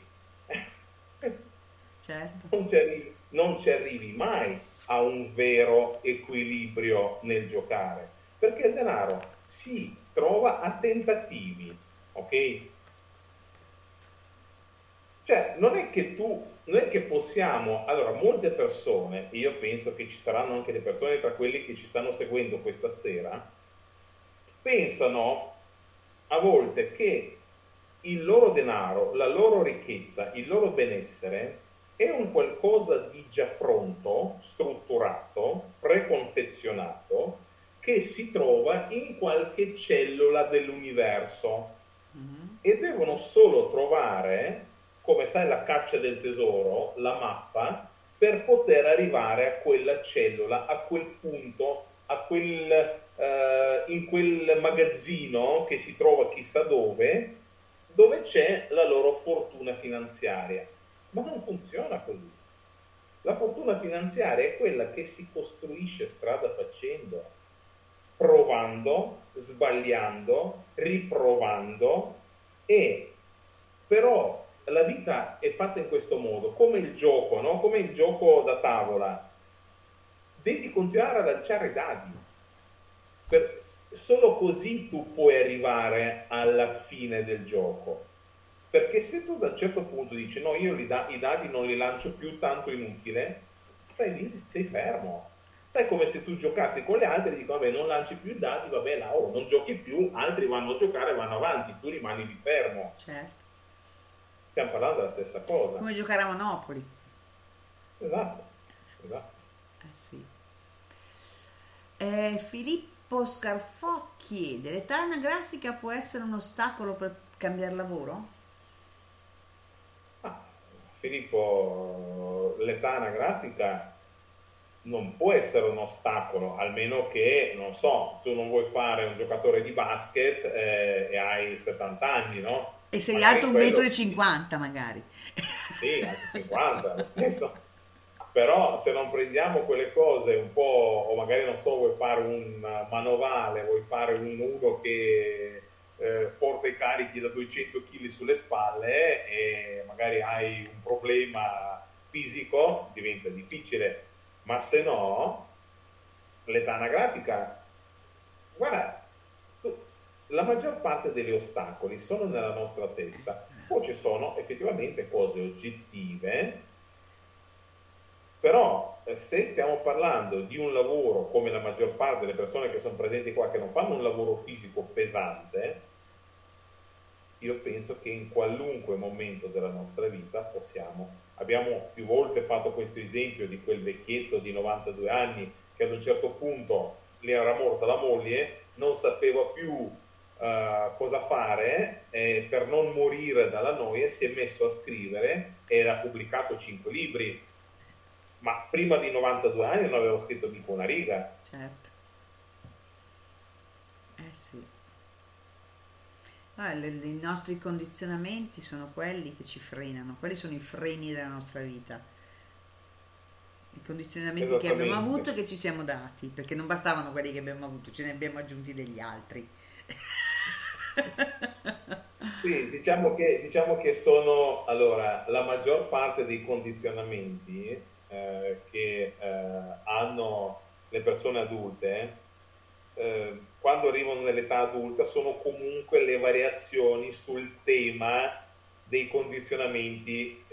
Certo. Non ci arrivi mai a un vero equilibrio nel giocare, perché il denaro si trova a tentativi, ok? Cioè non è che possiamo, allora molte persone, e io penso che ci saranno anche le persone tra quelli che ci stanno seguendo questa sera, pensano a volte che il loro denaro, la loro ricchezza, il loro benessere è un qualcosa di già pronto, strutturato, preconfezionato, che si trova in qualche cellula dell'universo e devono solo trovare, come sai la caccia del tesoro, la mappa, per poter arrivare a quella cellula, a quel punto, in quel magazzino che si trova chissà dove c'è la loro fortuna finanziaria. Ma non funziona così. La fortuna finanziaria è quella che si costruisce strada facendo, provando, sbagliando, riprovando, e però la vita è fatta in questo modo, come il gioco, no? Come il gioco da tavola. Devi continuare a lanciare i dadi. Solo così tu puoi arrivare alla fine del gioco. Perché se tu da un certo punto dici no, io i dadi non li lancio più, tanto inutile, stai lì, sei fermo. Sai, come se tu giocassi con le altre e dico vabbè, non lanci più i dadi, vabbè, là, non giochi più, altri vanno a giocare, vanno avanti, tu rimani lì fermo. Certo. Stiamo parlando della stessa cosa. Come giocare a Monopoli. Esatto. Sì. Filippo Scarfò chiede: l'età anagrafica può essere un ostacolo per cambiare lavoro? Filippo, l'età anagrafica non può essere un ostacolo, almeno che, non so, tu non vuoi fare un giocatore di basket e hai 70 anni, no? E sei magari alto 1,50 m magari. Sì, anche 50, lo stesso. Però se non prendiamo quelle cose un po', o magari non so, vuoi fare un manovale, vuoi fare uno che porta i carichi da 200 kg sulle spalle e magari hai un problema fisico, diventa difficile. Ma se no, l'età anagrafica, guarda, la maggior parte degli ostacoli sono nella nostra testa, poi ci sono effettivamente cose oggettive, però se stiamo parlando di un lavoro, come la maggior parte delle persone che sono presenti qua, che non fanno un lavoro fisico pesante, io penso che in qualunque momento della nostra vita abbiamo più volte fatto questo esempio di quel vecchietto di 92 anni che ad un certo punto gli era morta la moglie, non sapeva più cosa fare, per non morire dalla noia si è messo a scrivere e ha pubblicato 5 libri, ma prima di 92 anni non aveva scritto mica una riga. Certo. Sì. I nostri condizionamenti sono quelli che ci frenano, quelli sono i freni della nostra vita, i condizionamenti che abbiamo avuto e che ci siamo dati, perché non bastavano quelli che abbiamo avuto, ce ne abbiamo aggiunti degli altri. Sì, diciamo che sono, allora, la maggior parte dei condizionamenti che hanno le persone adulte, quando arrivano nell'età adulta, sono comunque le variazioni sul tema dei condizionamenti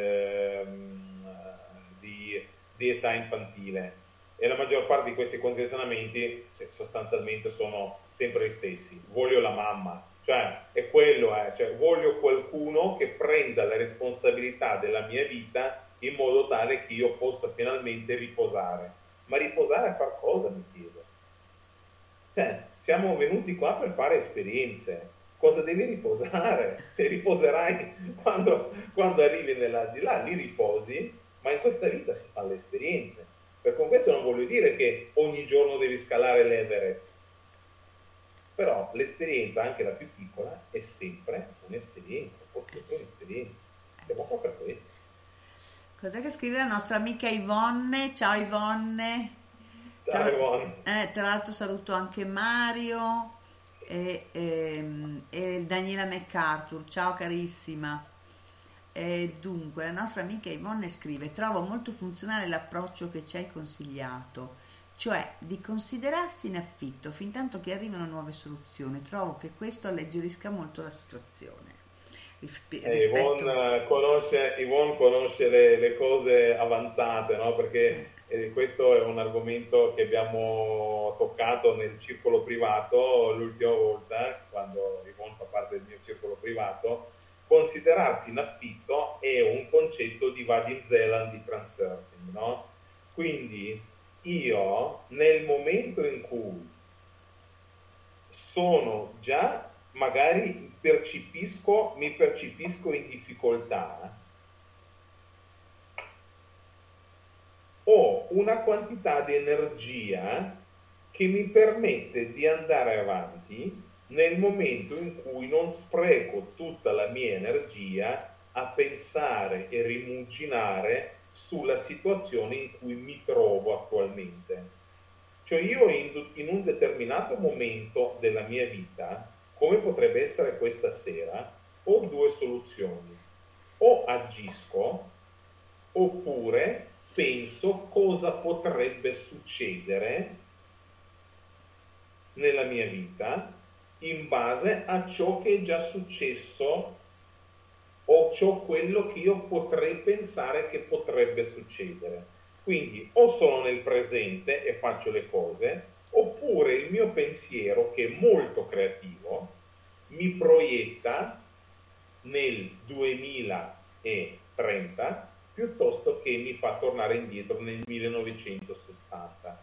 di età infantile, e la maggior parte di questi condizionamenti sostanzialmente sono sempre gli stessi. Voglio la mamma, cioè è quello, cioè voglio qualcuno che prenda la responsabilità della mia vita in modo tale che io possa finalmente riposare. Ma riposare a far cosa, mi chiedo? Cioè, siamo venuti qua per fare esperienze. Cosa devi riposare? Se riposerai quando arrivi nell'aldilà, lì riposi, ma in questa vita si fanno le esperienze. Per con questo non voglio dire che ogni giorno devi scalare l'Everest, però l'esperienza, anche la più piccola, è sempre un'esperienza, può essere un'esperienza. Siamo qua per questo. Cos'è che scrive la nostra amica Yvonne? Ciao Yvonne. Ciao Yvonne. Tra l'altro saluto anche Mario e Daniela MacArthur. Ciao carissima. Dunque, la nostra amica Yvonne scrive: trovo molto funzionale l'approccio che ci hai consigliato, cioè di considerarsi in affitto fin tanto che arrivano nuove soluzioni. Trovo che questo alleggerisca molto la situazione. Yvonne conosce le cose avanzate, no? Perché questo è un argomento che abbiamo toccato nel circolo privato l'ultima volta, quando Yvonne fa parte del mio circolo privato. Considerarsi in affitto è un concetto di Vadim Zeland di Transurfing, no? Quindi io nel momento in cui sono già, magari mi percepisco in difficoltà, ho una quantità di energia che mi permette di andare avanti nel momento in cui non spreco tutta la mia energia a pensare e rimuginare sulla situazione in cui mi trovo attualmente. Cioè io in un determinato momento della mia vita, come potrebbe essere questa sera, ho due soluzioni: o agisco oppure penso cosa potrebbe succedere nella mia vita in base a ciò che è già successo o quello che io potrei pensare che potrebbe succedere. Quindi o sono nel presente e faccio le cose, oppure il mio pensiero, che è molto creativo, mi proietta nel 2030 piuttosto che mi fa tornare indietro nel 1960.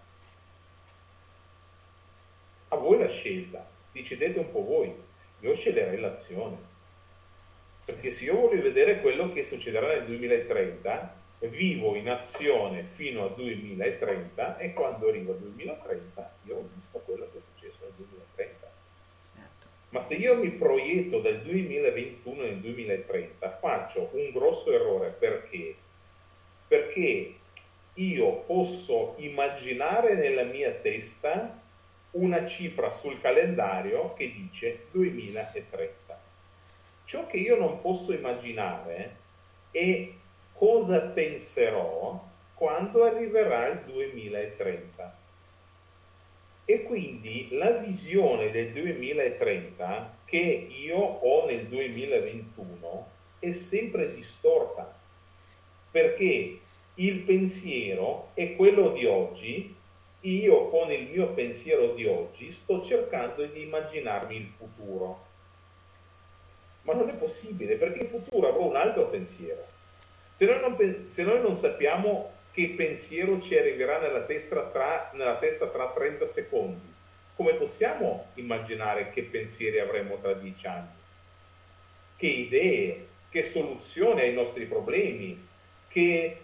A voi la scelta, decidete un po' voi. Io sceglierei l'azione, perché se io voglio vedere quello che succederà nel 2030, vivo in azione fino al 2030 e quando arrivo al 2030 io ho visto quello che è successo nel 2030. Ma se io mi proietto dal 2021 nel 2030 faccio un grosso errore. Perché io posso immaginare nella mia testa una cifra sul calendario che dice 2030. Ciò che io non posso immaginare è cosa penserò quando arriverà il 2030. E quindi la visione del 2030 che io ho nel 2021 è sempre distorta, perché il pensiero è quello di oggi. Io con il mio pensiero di oggi sto cercando di immaginarmi il futuro, ma non è possibile, perché in futuro avrò un altro pensiero. Se noi non sappiamo che pensiero ci arriverà nella testa tra 30 secondi, come possiamo immaginare che pensieri avremo tra 10 anni? Che idee, che soluzioni ai nostri problemi, che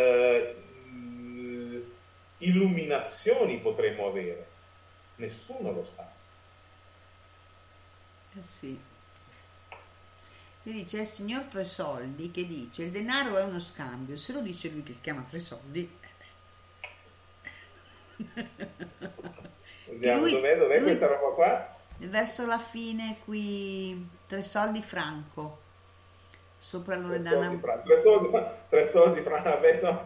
illuminazioni potremo avere? Nessuno lo sa. Sì. Mi dice il signor Tresoldi che dice: il denaro è uno scambio. Se lo dice lui che si chiama Tresoldi. Vediamo dov'è questa roba qua? Verso la fine qui, Tresoldi Franco. Sopra Loredana. Tre soldi Franco.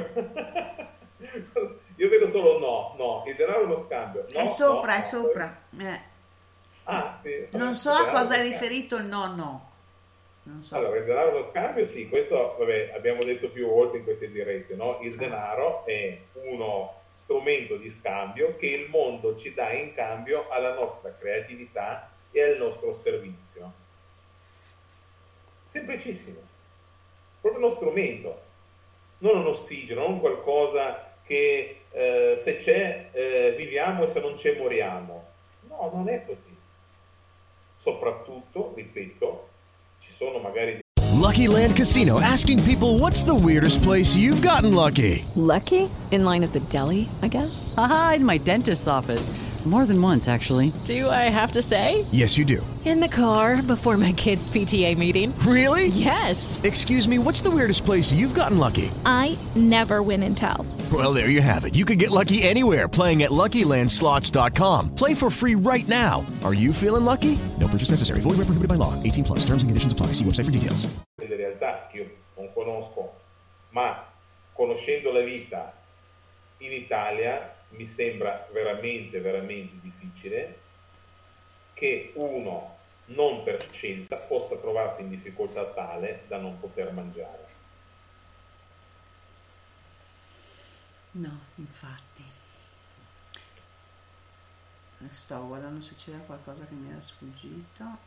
Io vedo solo no, il denaro è uno scambio. No, è sopra, no, è sopra. Sì. Non so a cosa è riferito il no. Non so. Allora, il denaro è uno scambio, sì, questo abbiamo detto più volte in queste dirette, no? Il denaro è uno strumento di scambio che il mondo ci dà in cambio alla nostra creatività e al nostro servizio. Semplicissimo. Proprio uno strumento, non un ossigeno, non qualcosa che se c'è viviamo e se non c'è moriamo. No, non è così. Soprattutto, ripeto, ci sono magari Lucky Land Casino, asking people, what's the weirdest place you've gotten lucky? Lucky? In line at the deli, I guess? Aha, in my dentist's office. More than once, actually. Do I have to say? Yes, you do. In the car before my kids' PTA meeting. Really? Yes. Excuse me, what's the weirdest place you've gotten lucky? I never win and tell. Well, there you have it. You can get lucky anywhere, playing at LuckyLandSlots.com. Play for free right now. Are you feeling lucky? No purchase necessary. Void where prohibited by law. 18 plus. Terms and conditions apply. See website for details. Delle realtà che io non conosco, ma conoscendo la vita in Italia mi sembra veramente difficile che uno non per scelta possa trovarsi in difficoltà tale da non poter mangiare. No, infatti. Sto guardando se c'era qualcosa che mi era sfuggito.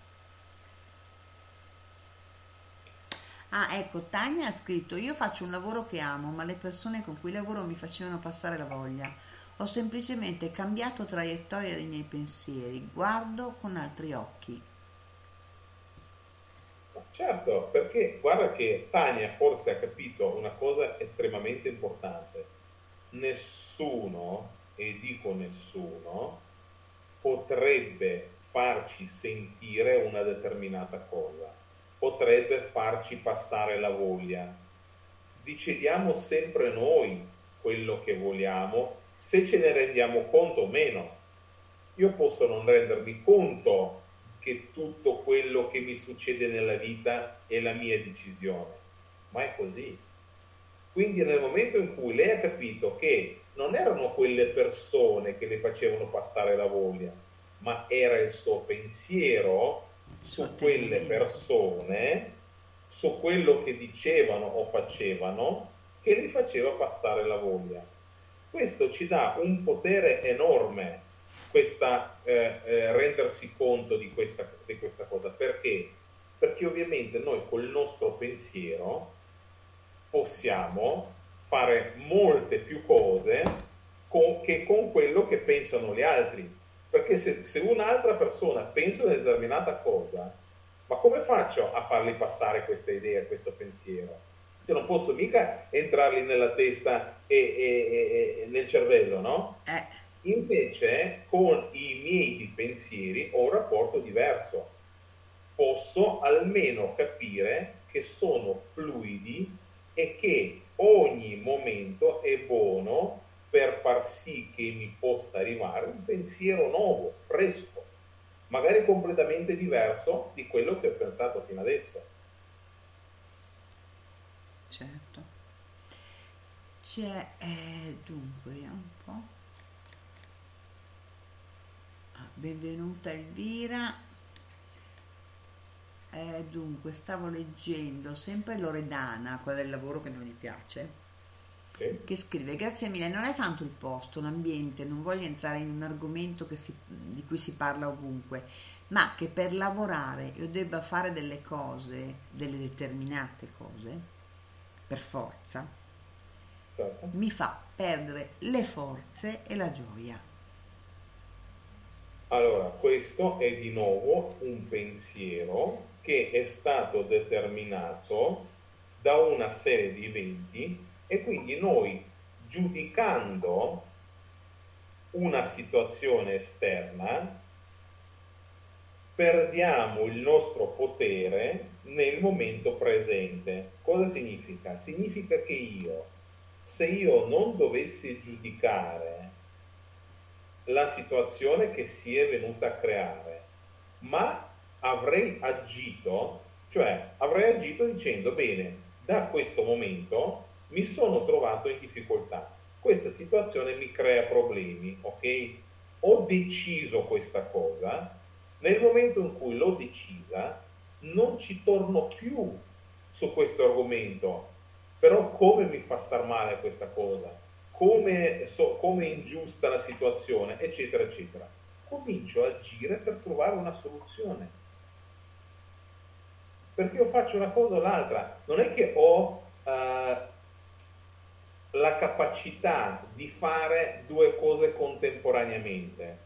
Ecco, Tania ha scritto: io faccio un lavoro che amo, ma le persone con cui lavoro mi facevano passare la voglia. Ho semplicemente cambiato traiettoria dei miei pensieri, guardo con altri occhi. Certo, perché guarda che Tania forse ha capito una cosa estremamente importante. Nessuno, e dico nessuno, potrebbe farci sentire una determinata cosa, potrebbe farci passare la voglia. Decidiamo sempre noi quello che vogliamo, se ce ne rendiamo conto o meno. Io posso non rendermi conto che tutto quello che mi succede nella vita è la mia decisione, ma è così. Quindi nel momento in cui lei ha capito che non erano quelle persone che le facevano passare la voglia, ma era il suo pensiero su quelle persone, su quello che dicevano o facevano, che li faceva passare la voglia. Questo ci dà un potere enorme, rendersi conto di questa cosa, perché Perché ovviamente noi col nostro pensiero possiamo fare molte più cose che con quello che pensano gli altri. Perché se un'altra persona pensa una determinata cosa, ma come faccio a fargli passare questa idea, questo pensiero? Io non posso mica entrargli nella testa e nel cervello, no? Invece con i miei pensieri ho un rapporto diverso. Posso almeno capire che sono fluidi e che ogni momento è buono per far sì che mi possa arrivare un pensiero nuovo, fresco, magari completamente diverso di quello che ho pensato fino adesso. Certo. C'è, dunque, vediamo un po'. Benvenuta Elvira. Dunque, stavo leggendo sempre Loredana, quella del lavoro che non gli piace, che scrive: grazie mille, non è tanto il posto, l'ambiente, non voglio entrare in un argomento di cui si parla ovunque, ma che per lavorare io debba fare delle cose, delle determinate cose, per forza, mi fa perdere le forze e la gioia. Allora, questo è di nuovo un pensiero che è stato determinato da una serie di eventi, e quindi noi, giudicando una situazione esterna, perdiamo il nostro potere nel momento presente. Cosa significa? Significa che se io non dovessi giudicare la situazione che si è venuta a creare, ma avrei agito dicendo: bene, da questo momento mi sono trovato in difficoltà, questa situazione mi crea problemi, ok? Ho deciso questa cosa, nel momento in cui l'ho decisa non ci torno più su questo argomento, però come mi fa star male questa cosa, come è ingiusta la situazione, eccetera eccetera, comincio a agire per trovare una soluzione, perché io faccio una cosa o l'altra, non è che ho la capacità di fare due cose contemporaneamente.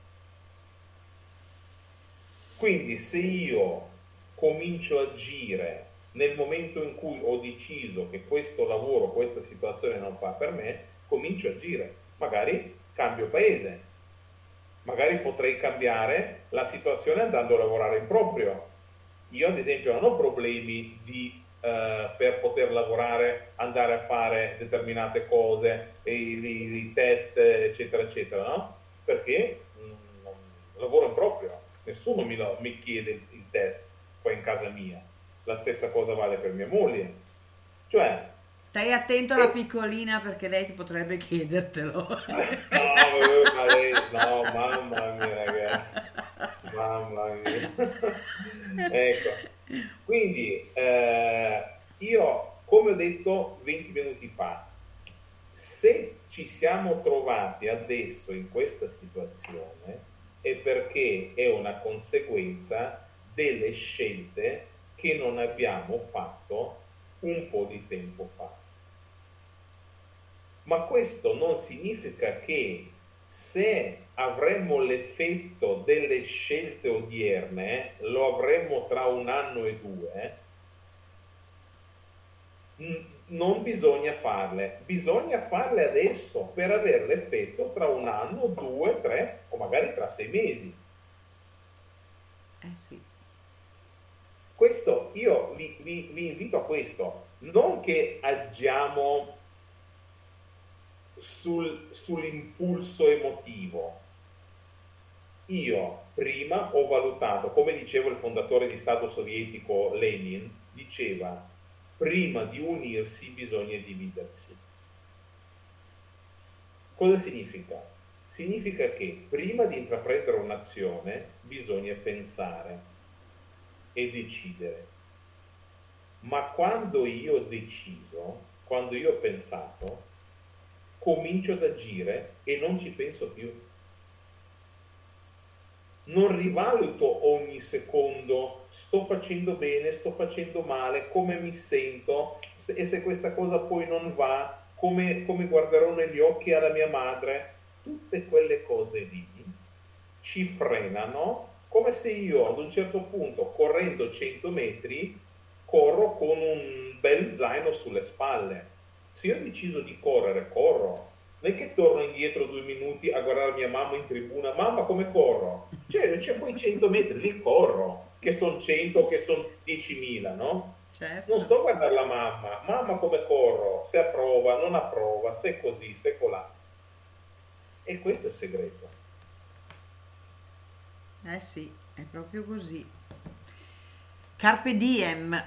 Quindi se io comincio a agire nel momento in cui ho deciso che questo lavoro, questa situazione non fa per me, comincio a agire, magari cambio paese, magari potrei cambiare la situazione andando a lavorare in proprio. Io ad esempio non ho problemi per poter lavorare, andare a fare determinate cose, i test eccetera eccetera, no? Perché lavoro in proprio, nessuno mi chiede il test qua in casa mia. La stessa cosa vale per mia moglie, cioè stai attento alla piccolina, perché lei ti potrebbe chiedertelo. No, mamma mia ragazzi, mamma mia. Ecco, quindi io, come ho detto 20 minuti fa, se ci siamo trovati adesso in questa situazione è perché è una conseguenza delle scelte che non abbiamo fatto un po' di tempo fa. Ma questo non significa che se avremmo l'effetto delle scelte odierne, lo avremo tra 1 anno e 2, non bisogna farle, bisogna farle adesso per avere l'effetto tra 1 anno, 2, 3 o magari tra 6 mesi. Sì. Questo io vi invito a questo, non che agiamo sull'impulso emotivo. Io prima ho valutato, come diceva il fondatore di Stato sovietico Lenin, diceva: prima di unirsi bisogna dividersi. Cosa significa? Significa che prima di intraprendere un'azione bisogna pensare e decidere. Ma quando io ho deciso, quando io ho pensato, comincio ad agire e non ci penso più. non rivaluto ogni secondo, sto facendo bene, sto facendo male, come mi sento, e se questa cosa poi non va, come guarderò negli occhi alla mia madre. Tutte quelle cose lì ci frenano, come se io ad un certo punto, correndo 100 metri, corro con un bel zaino sulle spalle. Se io ho deciso di correre, corro. Non è che torno indietro 2 minuti a guardare mia mamma in tribuna, mamma come corro? C'è poi 100 metri, lì corro, che sono 100, che sono 10.000, no? Certo. Non sto a guardare la mamma come corro, se approva, non approva, se così, se colà. E questo è il segreto. Sì, è proprio così. Carpe diem.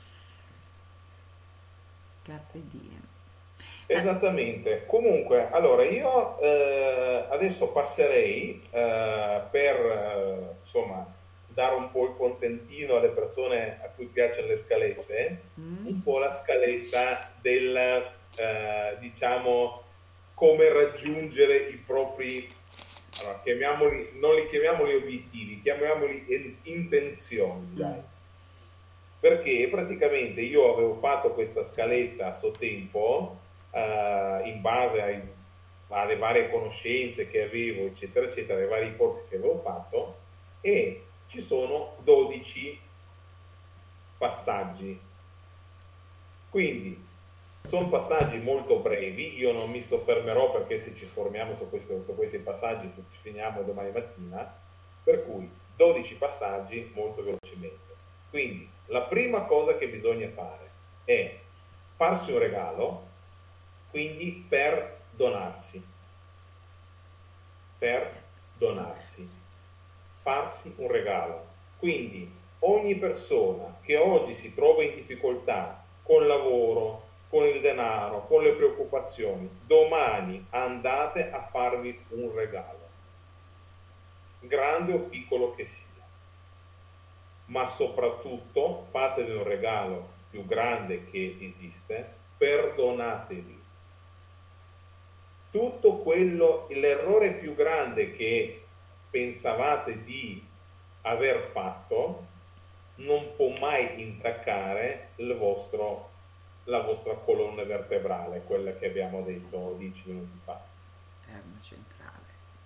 Carpe diem. Esattamente. Comunque, allora io adesso passerei per insomma dare un po' il contentino alle persone a cui piacciono le scalette, un po' la scaletta del diciamo come raggiungere i propri, allora, non li chiamiamoli obiettivi, chiamiamoli intenzioni, dai. Perché praticamente io avevo fatto questa scaletta a suo tempo in base alle varie conoscenze che avevo, eccetera, eccetera, ai vari corsi che avevo fatto, e ci sono 12 passaggi. Quindi sono passaggi molto brevi, io non mi soffermerò perché se ci soffermiamo su questi passaggi ci finiamo domani mattina, per cui 12 passaggi molto velocemente. Quindi la prima cosa che bisogna fare è farsi un regalo, quindi perdonarsi, farsi un regalo. Quindi ogni persona che oggi si trova in difficoltà col lavoro, con il denaro, con le preoccupazioni, domani andate a farvi un regalo, grande o piccolo che sia, ma soprattutto fatevi un regalo più grande che esiste, perdonatevi. Tutto quello, l'errore più grande che pensavate di aver fatto non può mai intaccare la vostra colonna vertebrale, quella che abbiamo detto 10 minuti fa. Perno centrale.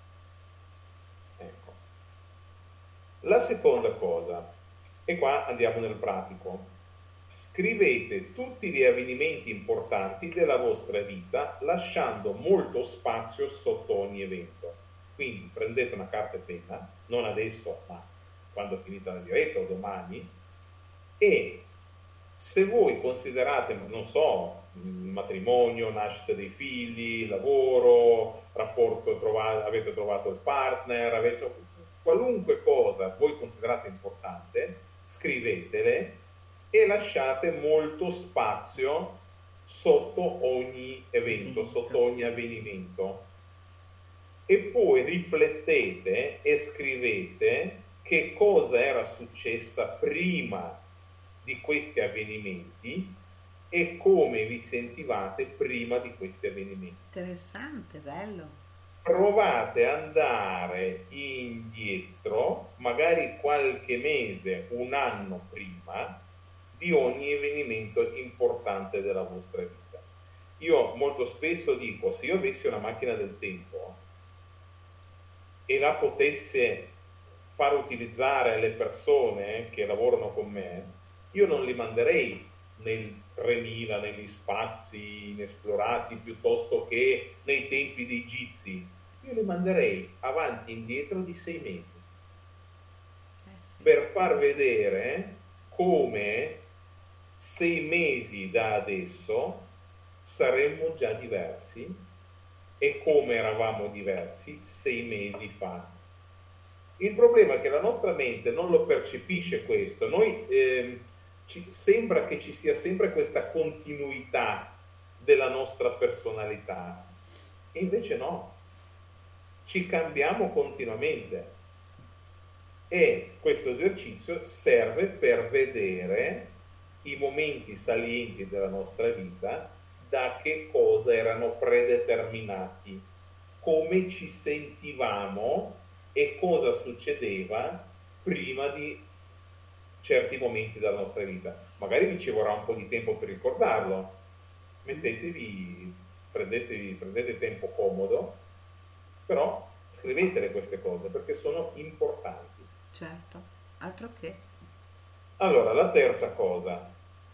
Ecco. La seconda cosa, e qua andiamo nel pratico. Scrivete tutti gli avvenimenti importanti della vostra vita lasciando molto spazio sotto ogni evento. Quindi prendete una carta e penna, non adesso ma quando finita la diretta o domani, e se voi considerate, non so, matrimonio, nascita dei figli, lavoro, rapporto, avete trovato il partner, qualunque cosa voi considerate importante, scrivetele e lasciate molto spazio sotto ogni evento, sotto ogni avvenimento. E poi riflettete e scrivete che cosa era successa prima di questi avvenimenti e come vi sentivate prima di questi avvenimenti. Interessante, bello. Provate ad andare indietro, magari qualche mese, un anno prima di ogni avvenimento importante della vostra vita. Io molto spesso dico, se io avessi una macchina del tempo e la potesse far utilizzare le persone che lavorano con me, io non li manderei nel 3000, negli spazi inesplorati, piuttosto che nei tempi dei Gizi. Io li manderei avanti e indietro di 6 mesi per far vedere come 6 mesi da adesso saremmo già diversi e come eravamo diversi 6 mesi fa. Il problema è che la nostra mente non lo percepisce questo. Noi sembra che ci sia sempre questa continuità della nostra personalità e invece no, ci cambiamo continuamente e questo esercizio serve per vedere i momenti salienti della nostra vita, da che cosa erano predeterminati, come ci sentivamo e cosa succedeva prima di certi momenti della nostra vita. Magari vi ci vorrà un po' di tempo per ricordarlo. Prendete tempo comodo, però scrivetele queste cose perché sono importanti. Certo, altro che. Allora, la terza cosa: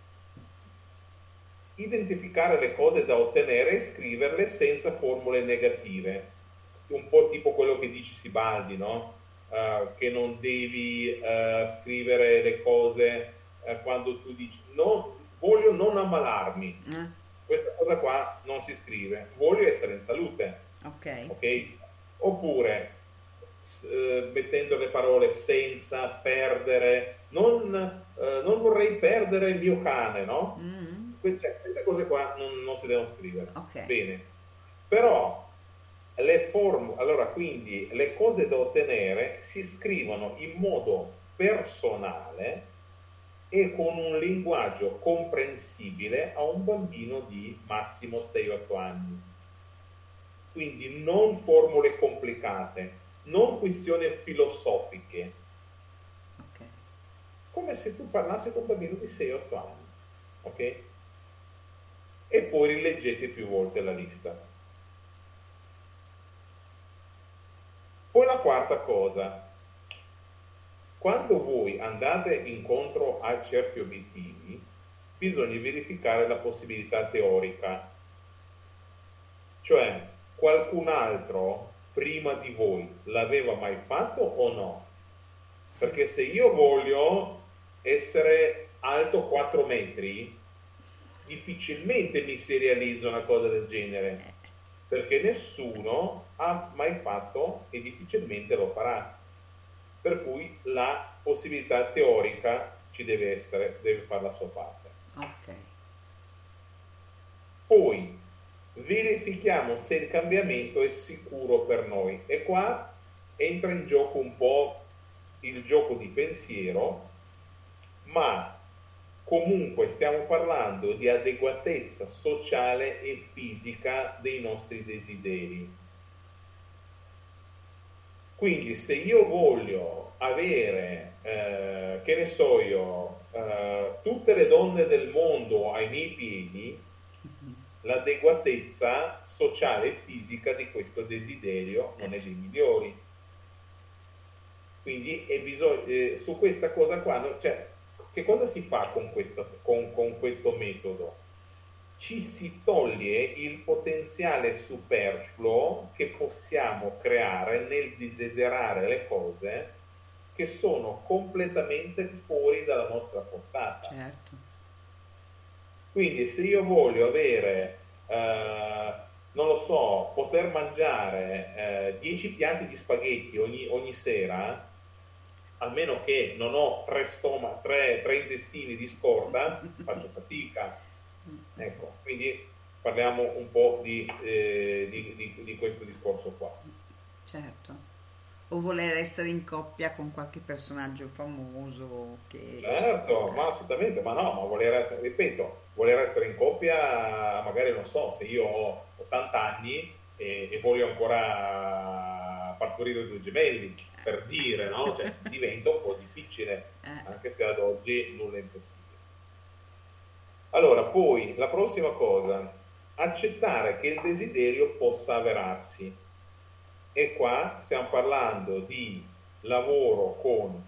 identificare le cose da ottenere e scriverle senza formule negative. Un po' tipo quello che dici Sibaldi, no? Che non devi scrivere le cose quando tu dici no, voglio non ammalarmi. Questa cosa qua non si scrive. Voglio essere in salute. Ok? Oppure mettendo le parole senza perdere, non vorrei perdere il mio cane, no? Queste cose qua non si devono scrivere. Bene. Però allora quindi le cose da ottenere si scrivono in modo personale e con un linguaggio comprensibile a un bambino di massimo 6-8 anni. Quindi non formule complicate, non questioni filosofiche. Come se tu parlassi con un bambino di 6-8 anni. Ok? E poi rileggete più volte la lista. Poi la quarta cosa: quando voi andate incontro a certi obiettivi, bisogna verificare la possibilità teorica, cioè qualcun altro prima di voi l'aveva mai fatto o no? Perché se io voglio essere alto 4 metri, difficilmente mi si realizza una cosa del genere, perché nessuno ha mai fatto e difficilmente lo farà. Per cui la possibilità teorica ci deve essere, deve fare la sua parte. Poi verifichiamo se il cambiamento è sicuro per noi, e qua entra in gioco un po' il gioco di pensiero, ma comunque stiamo parlando di adeguatezza sociale e fisica dei nostri desideri. Quindi se io voglio avere, che ne so io, tutte le donne del mondo ai miei piedi, l'adeguatezza sociale e fisica di questo desiderio non è dei migliori. Quindi su questa cosa qua, cioè, che cosa si fa con questo metodo? Ci si toglie il potenziale superfluo che possiamo creare nel desiderare le cose che sono completamente fuori dalla nostra portata. Certo. Quindi se io voglio avere, non lo so, poter mangiare 10 piatti di spaghetti ogni sera, almeno che non ho tre intestini di scorda, faccio fatica. Ecco, quindi parliamo un po' di questo discorso qua. Certo. O voler essere in coppia con qualche personaggio famoso che... Certo, ma assolutamente, ma voler essere in coppia, magari non so, se io ho 80 anni e voglio ancora partorire 2 gemelli, per dire, no? Cioè, diventa un po' difficile, anche se ad oggi nulla è impossibile. Allora, poi, la prossima cosa, accettare che il desiderio possa avverarsi. E qua stiamo parlando di lavoro con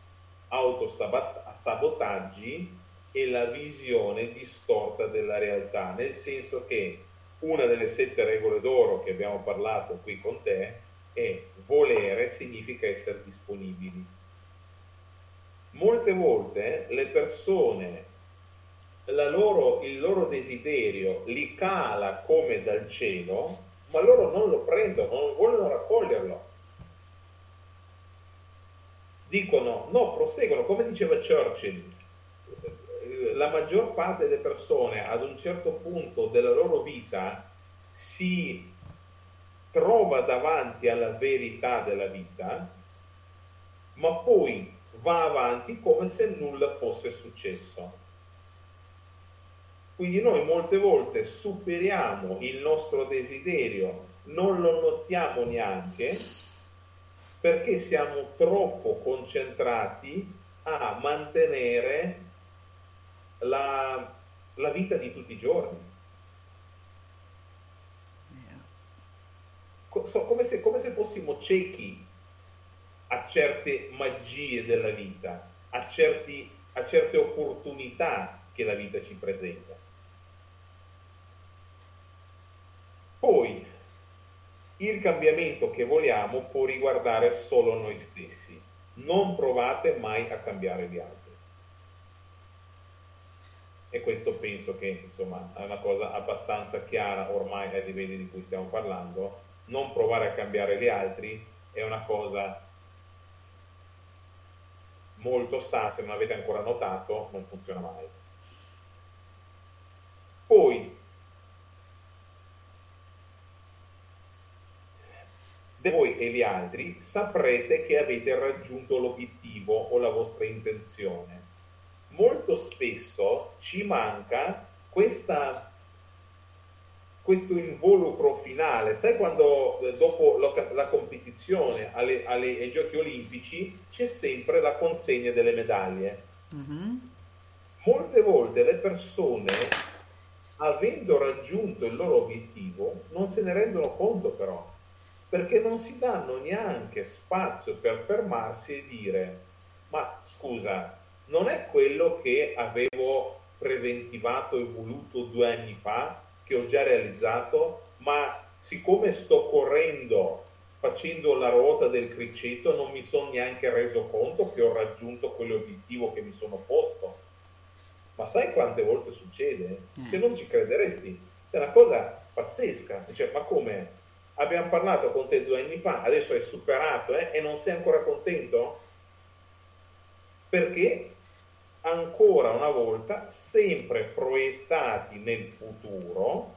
autosabotaggi e la visione distorta della realtà, nel senso che una delle 7 regole d'oro che abbiamo parlato qui con te è: volere significa essere disponibili. Molte volte le persone, il loro desiderio li cala come dal cielo, ma loro non lo prendono, non vogliono raccoglierlo. Dicono no, proseguono, come diceva Churchill. La maggior parte delle persone ad un certo punto della loro vita si trova davanti alla verità della vita, ma poi va avanti come se nulla fosse successo. Quindi noi molte volte superiamo il nostro desiderio, non lo notiamo neanche, perché siamo troppo concentrati a mantenere la vita di tutti i giorni. Come se fossimo ciechi a certe magie della vita, a certe opportunità che la vita ci presenta. Poi il cambiamento che vogliamo può riguardare solo noi stessi. Non provate mai a cambiare gli altri. E questo penso che insomma è una cosa abbastanza chiara ormai ai livelli di cui stiamo parlando. Non provare a cambiare gli altri è una cosa molto sana, se non avete ancora notato non funziona mai. Poi voi e gli altri saprete che avete raggiunto l'obiettivo o la vostra intenzione. Molto spesso ci manca questo involucro finale. Sai quando dopo la competizione ai Giochi Olimpici c'è sempre la consegna delle medaglie? Molte volte le persone, avendo raggiunto il loro obiettivo, non se ne rendono conto però, perché non si danno neanche spazio per fermarsi e dire: ma scusa, non è quello che avevo preventivato e voluto 2 anni fa, che ho già realizzato, ma siccome sto correndo facendo la ruota del criceto non mi sono neanche reso conto che ho raggiunto quell'obiettivo che mi sono posto. Ma sai quante volte succede? Che non ci crederesti, è una cosa pazzesca. Cioè, ma come? Abbiamo parlato con te 2 anni fa, adesso hai superato e non sei ancora contento? Perché ancora una volta sempre proiettati nel futuro.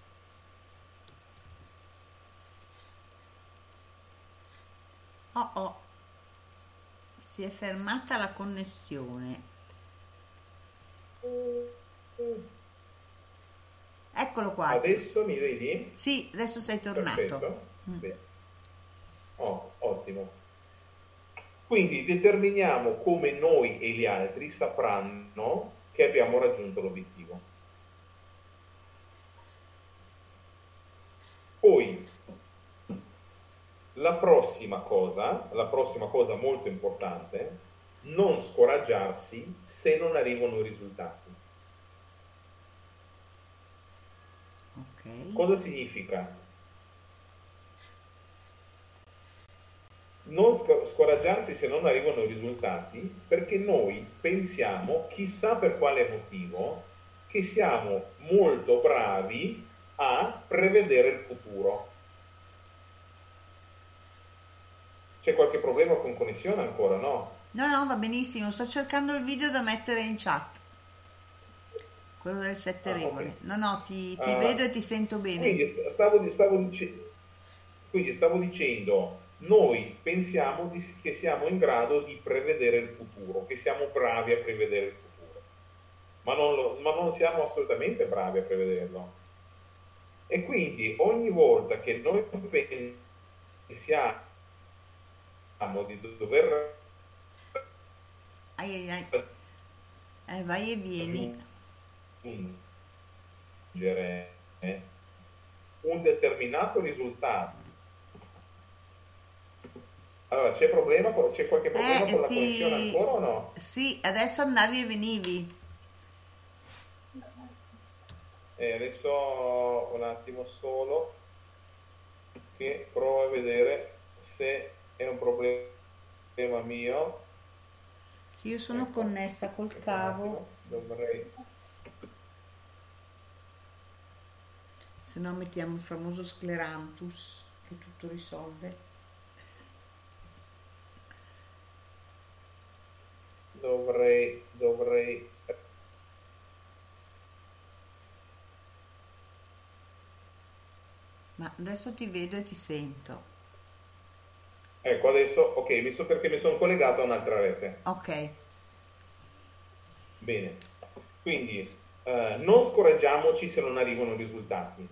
Si è fermata la connessione. Eccolo qua. Adesso mi vedi? Sì, adesso sei tornato. Perfetto. Ottimo. Quindi determiniamo come noi e gli altri sapranno che abbiamo raggiunto l'obiettivo. Poi la prossima cosa molto importante, non scoraggiarsi se non arrivano i risultati. Okay. Cosa significa? Non scoraggiarsi se non arrivano i risultati, perché noi pensiamo, chissà per quale motivo, che siamo molto bravi a prevedere il futuro. C'è qualche problema con connessione ancora, no? No, va benissimo, sto cercando il video da mettere in chat. Quello delle 7 regole. Okay. No, ti vedo e ti sento bene. Quindi stavo dicendo, noi pensiamo che siamo in grado di prevedere il futuro, che siamo bravi a prevedere il futuro, ma non siamo assolutamente bravi a prevederlo. E quindi ogni volta che noi pensiamo di dover vai e vieni un determinato risultato. Allora, c'è qualche problema con la connessione ancora o no? Sì, adesso andavi e venivi. Adesso un attimo solo che provo a vedere se è un problema mio. Sì, io sono connessa col cavo. Se no mettiamo il famoso sclerantus che tutto risolve. Dovrei ma adesso ti vedo e ti sento. Ecco, adesso ok, visto perché mi sono collegato a un'altra rete. Ok, bene, quindi non scoraggiamoci se non arrivano i risultati.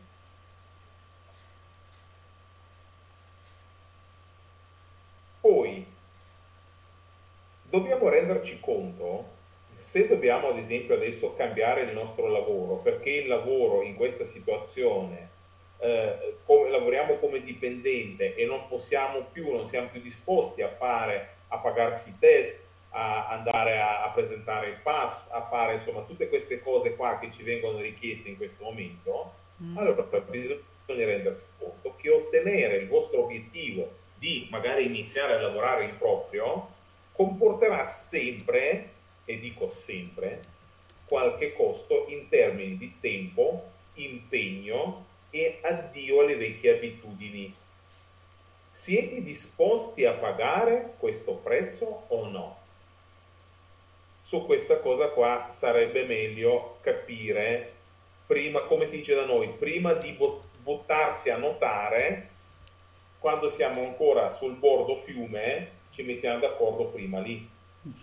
dobbiamo renderci conto, se dobbiamo ad esempio adesso cambiare il nostro lavoro, perché il lavoro in questa situazione, lavoriamo come dipendente e non siamo più disposti a pagarsi i test, a andare a presentare il pass, a fare insomma tutte queste cose qua che ci vengono richieste in questo momento, allora bisogna rendersi conto che ottenere il vostro obiettivo di magari iniziare a lavorare in proprio comporterà sempre, e dico sempre, qualche costo in termini di tempo, impegno e addio alle vecchie abitudini. Siete disposti a pagare questo prezzo o no? Su questa cosa qua sarebbe meglio capire prima, come si dice da noi, prima di buttarsi a nuotare, quando siamo ancora sul bordo fiume, ci mettiamo d'accordo prima lì.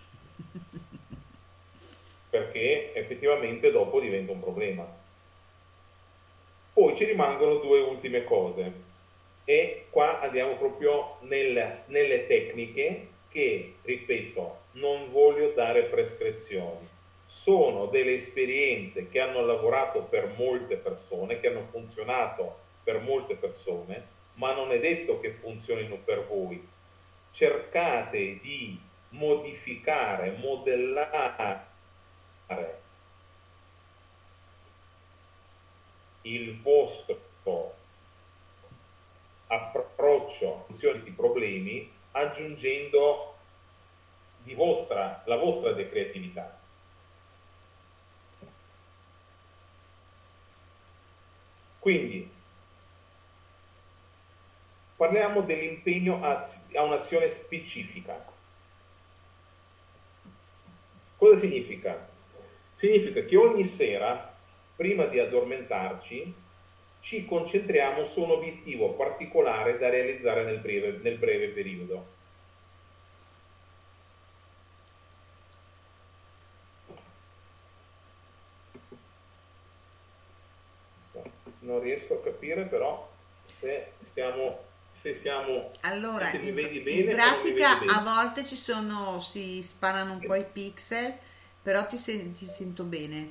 Perché effettivamente dopo diventa un problema. Poi ci rimangono due ultime cose e qua andiamo proprio nelle tecniche che, ripeto, non voglio dare prescrizioni. Sono delle esperienze che hanno lavorato per molte persone, che hanno funzionato per molte persone, ma non è detto che funzionino per voi. Cercate di modificare, modellare il vostro approccio a questi problemi aggiungendo la vostra creatività. Quindi parliamo dell'impegno a un'azione specifica. Cosa significa? Significa che ogni sera, prima di addormentarci, ci concentriamo su un obiettivo particolare da realizzare nel breve periodo. Non riesco a capire però se siamo... Allora, se mi vedi in bene, pratica bene. a volte si sparano un po' i pixel, però ti sento bene.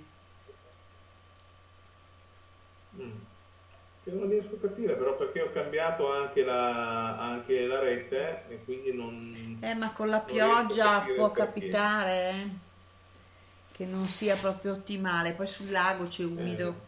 Io non riesco a capire però perché ho cambiato anche la rete e quindi non... Ma con la pioggia può perché. capitare che non sia proprio ottimale, poi sul lago c'è umido.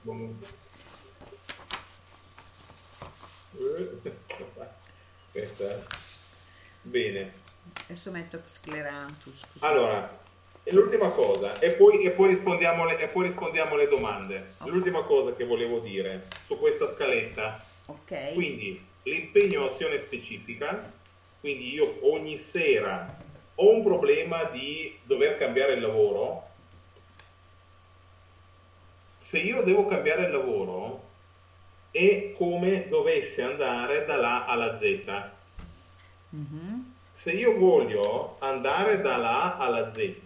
Aspetta. Bene. Adesso metto sclerantus. Così. Allora, l'ultima cosa, e poi rispondiamo alle domande. Okay. L'ultima cosa che volevo dire su questa scaletta. Ok. Quindi, l'impegno azione specifica. Quindi io ogni sera ho un problema di dover cambiare il lavoro. Se io devo cambiare il lavoro, è come dovesse andare dall'A alla Z. Mm-hmm. Se io voglio andare dall'A alla Z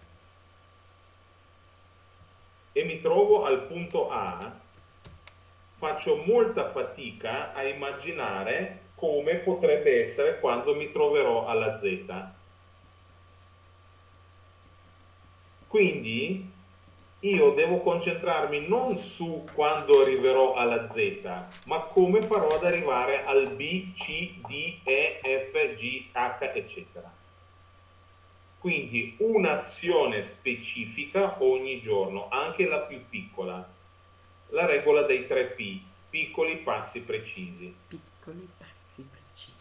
e mi trovo al punto A, faccio molta fatica a immaginare come potrebbe essere quando mi troverò alla Z. Quindi io devo concentrarmi non su quando arriverò alla Z, ma come farò ad arrivare al B, C, D, E, F, G, H, eccetera. Quindi un'azione specifica ogni giorno, anche la più piccola. La regola dei 3 P, piccoli passi precisi. Piccoli passi precisi.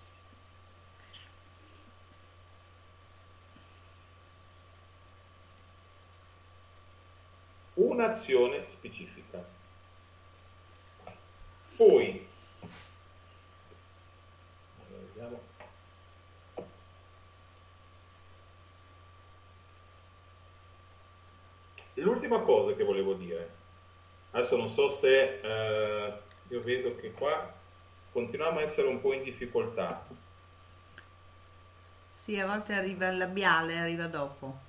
Un'azione specifica. Poi vediamo. L'ultima cosa che volevo dire, adesso non so se io vedo che qua continuiamo a essere un po' in difficoltà. Sì, a volte arriva il labiale, arriva dopo.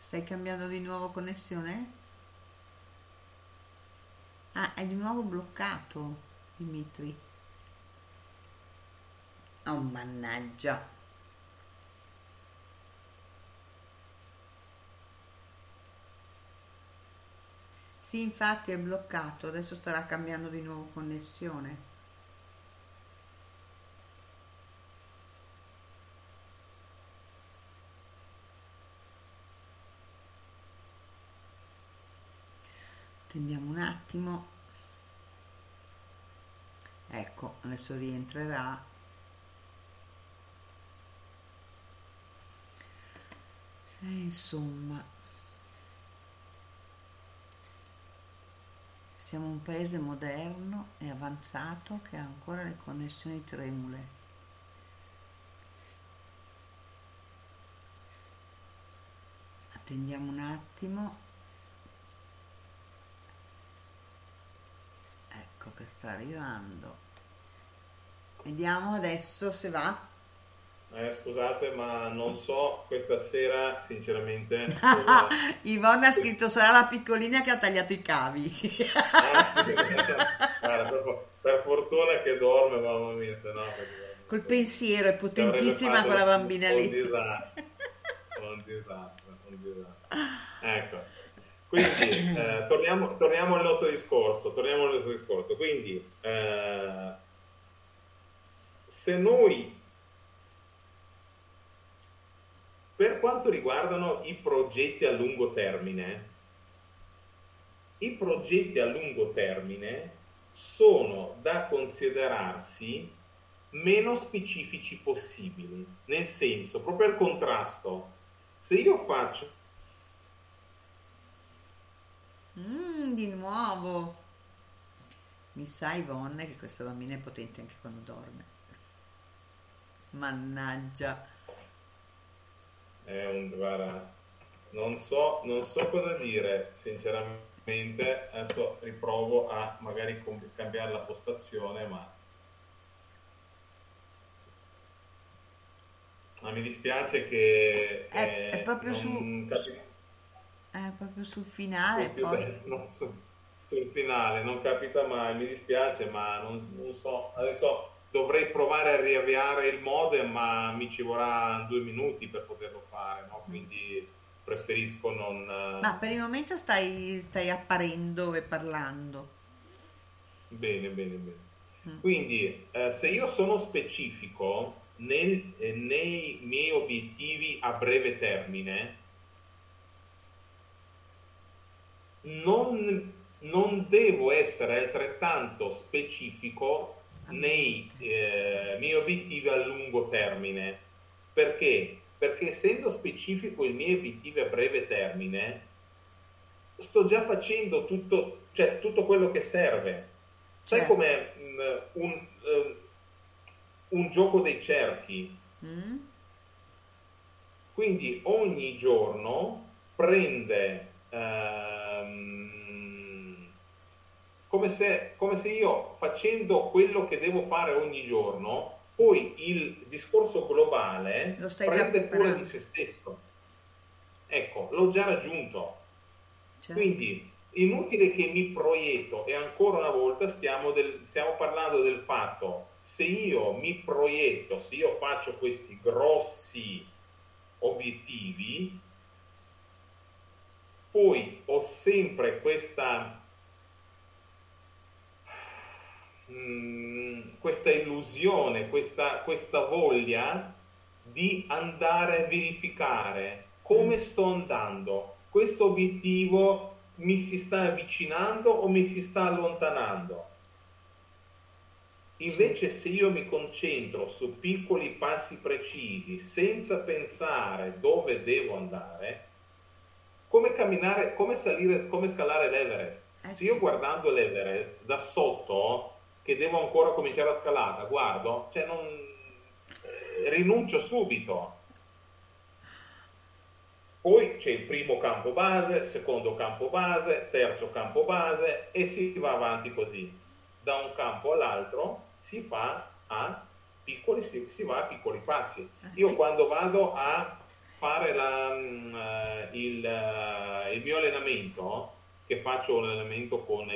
Stai cambiando di nuovo connessione? Ah, è di nuovo bloccato, Dimitri. Oh, mannaggia. Sì, infatti è bloccato, adesso starà cambiando di nuovo connessione. Attendiamo un attimo. Ecco, adesso rientrerà. Insomma, siamo un paese moderno e avanzato che ha ancora le connessioni tremule. Attendiamo un attimo. Ecco che sta arrivando. Vediamo adesso se va. Scusate, ma non so questa sera, sinceramente. Ivonne ha scritto: sarà la piccolina che ha tagliato i cavi. Guarda, per fortuna che dorme, mamma mia, se no. Col pensiero, è potentissima quella bambina lì. Un disastro. Ecco. Quindi torniamo al nostro discorso. Quindi, se noi, per quanto riguardano i progetti a lungo termine, sono da considerarsi meno specifici possibili, nel senso, proprio al contrasto. Se io faccio di nuovo, mi sa, Ivonne, che questa bambina è potente anche quando dorme. Mannaggia. Guarda, non so cosa dire, sinceramente. Adesso riprovo a magari cambiare la postazione, ma mi dispiace che è proprio è proprio sul finale, sul finale non capita mai, mi dispiace, ma non so. Adesso dovrei provare a riavviare il modem, ma mi ci vorrà 2 minuti per poterlo fare, no? Quindi preferisco non. Ma per il momento stai apparendo e parlando. Bene. Quindi se io sono specifico nei miei obiettivi a breve termine, non devo essere altrettanto specifico nei miei obiettivi a lungo termine. Perché essendo specifico i miei obiettivi a breve termine, sto già facendo tutto quello che serve. Sai, certo. Come un gioco dei cerchi. Quindi ogni giorno prende come se io, facendo quello che devo fare ogni giorno, poi il discorso globale prende cura di se stesso. Ecco, l'ho già raggiunto. Certo. Quindi inutile che mi proietto, e ancora una volta stiamo parlando del fatto: se io mi proietto, se io faccio questi grossi obiettivi, poi ho sempre questa illusione, questa voglia di andare a verificare come sto andando, questo obiettivo mi si sta avvicinando o mi si sta allontanando. Invece, se io mi concentro su piccoli passi precisi, senza pensare dove devo andare, come camminare, come scalare l'Everest. Se io, guardando l'Everest da sotto, che devo ancora cominciare la scalata, guardo, rinuncio subito. Poi c'è il primo campo base, secondo campo base, terzo campo base, e si va avanti così. Da un campo all'altro si va a piccoli passi. Io quando vado a fare il mio allenamento, che faccio un allenamento con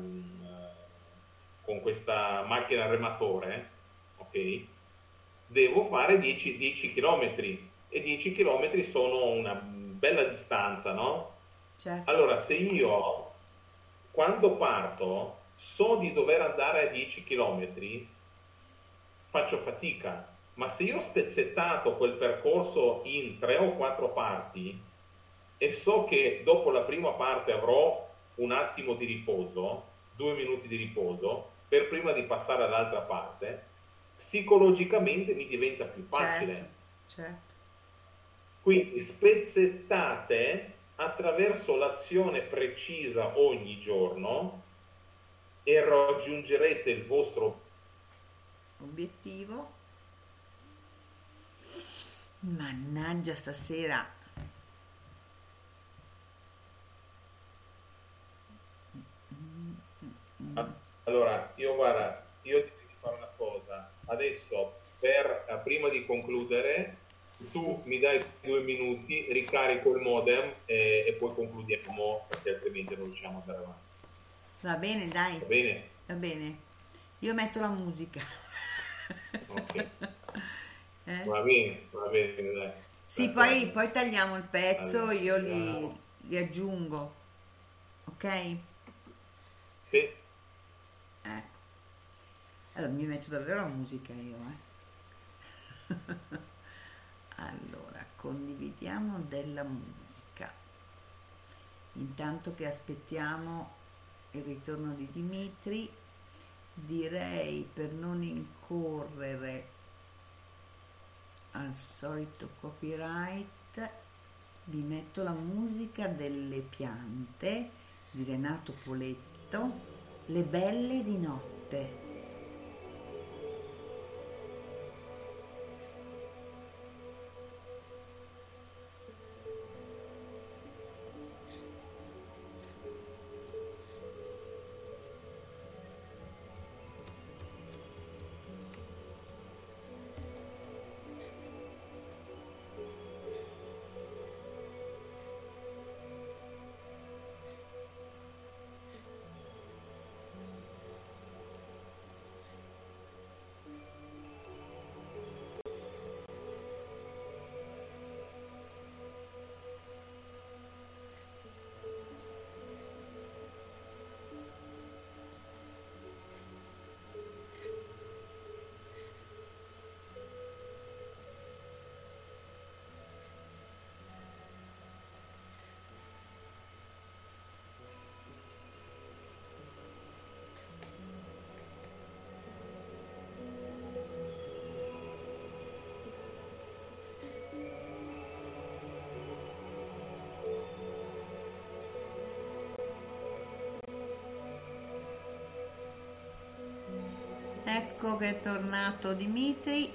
questa macchina rematore, ok? Devo fare 10 km e 10 km sono una bella distanza, no? Certo. Allora, se io quando parto so di dover andare a 10 km, faccio fatica, ma se io ho spezzettato quel percorso in 3 o 4 parti e so che dopo la prima parte avrò un attimo di riposo, 2 minuti di riposo, per prima di passare all'altra parte, psicologicamente mi diventa più facile. Certo. Quindi spezzettate attraverso l'azione precisa ogni giorno e raggiungerete il vostro obiettivo. Mannaggia, stasera allora io ti devo fare una cosa adesso, prima di concludere, tu mi dai 2 minuti, ricarico il modem e poi concludiamo, perché altrimenti non riusciamo ad andare avanti. Va bene, dai. Va bene? Va bene. Io metto la musica. Ok. Va bene, dai. Sì, poi tagliamo il pezzo, allora, io li aggiungo. Ok? Sì. Ecco. Allora mi metto davvero la musica io, Allora, condividiamo della musica. Intanto che aspettiamo il ritorno di Dimitri, direi, per non incorrere al solito copyright, vi metto la musica delle piante di Renato Poletto, Le belle di notte. Ecco che è tornato Dimitri.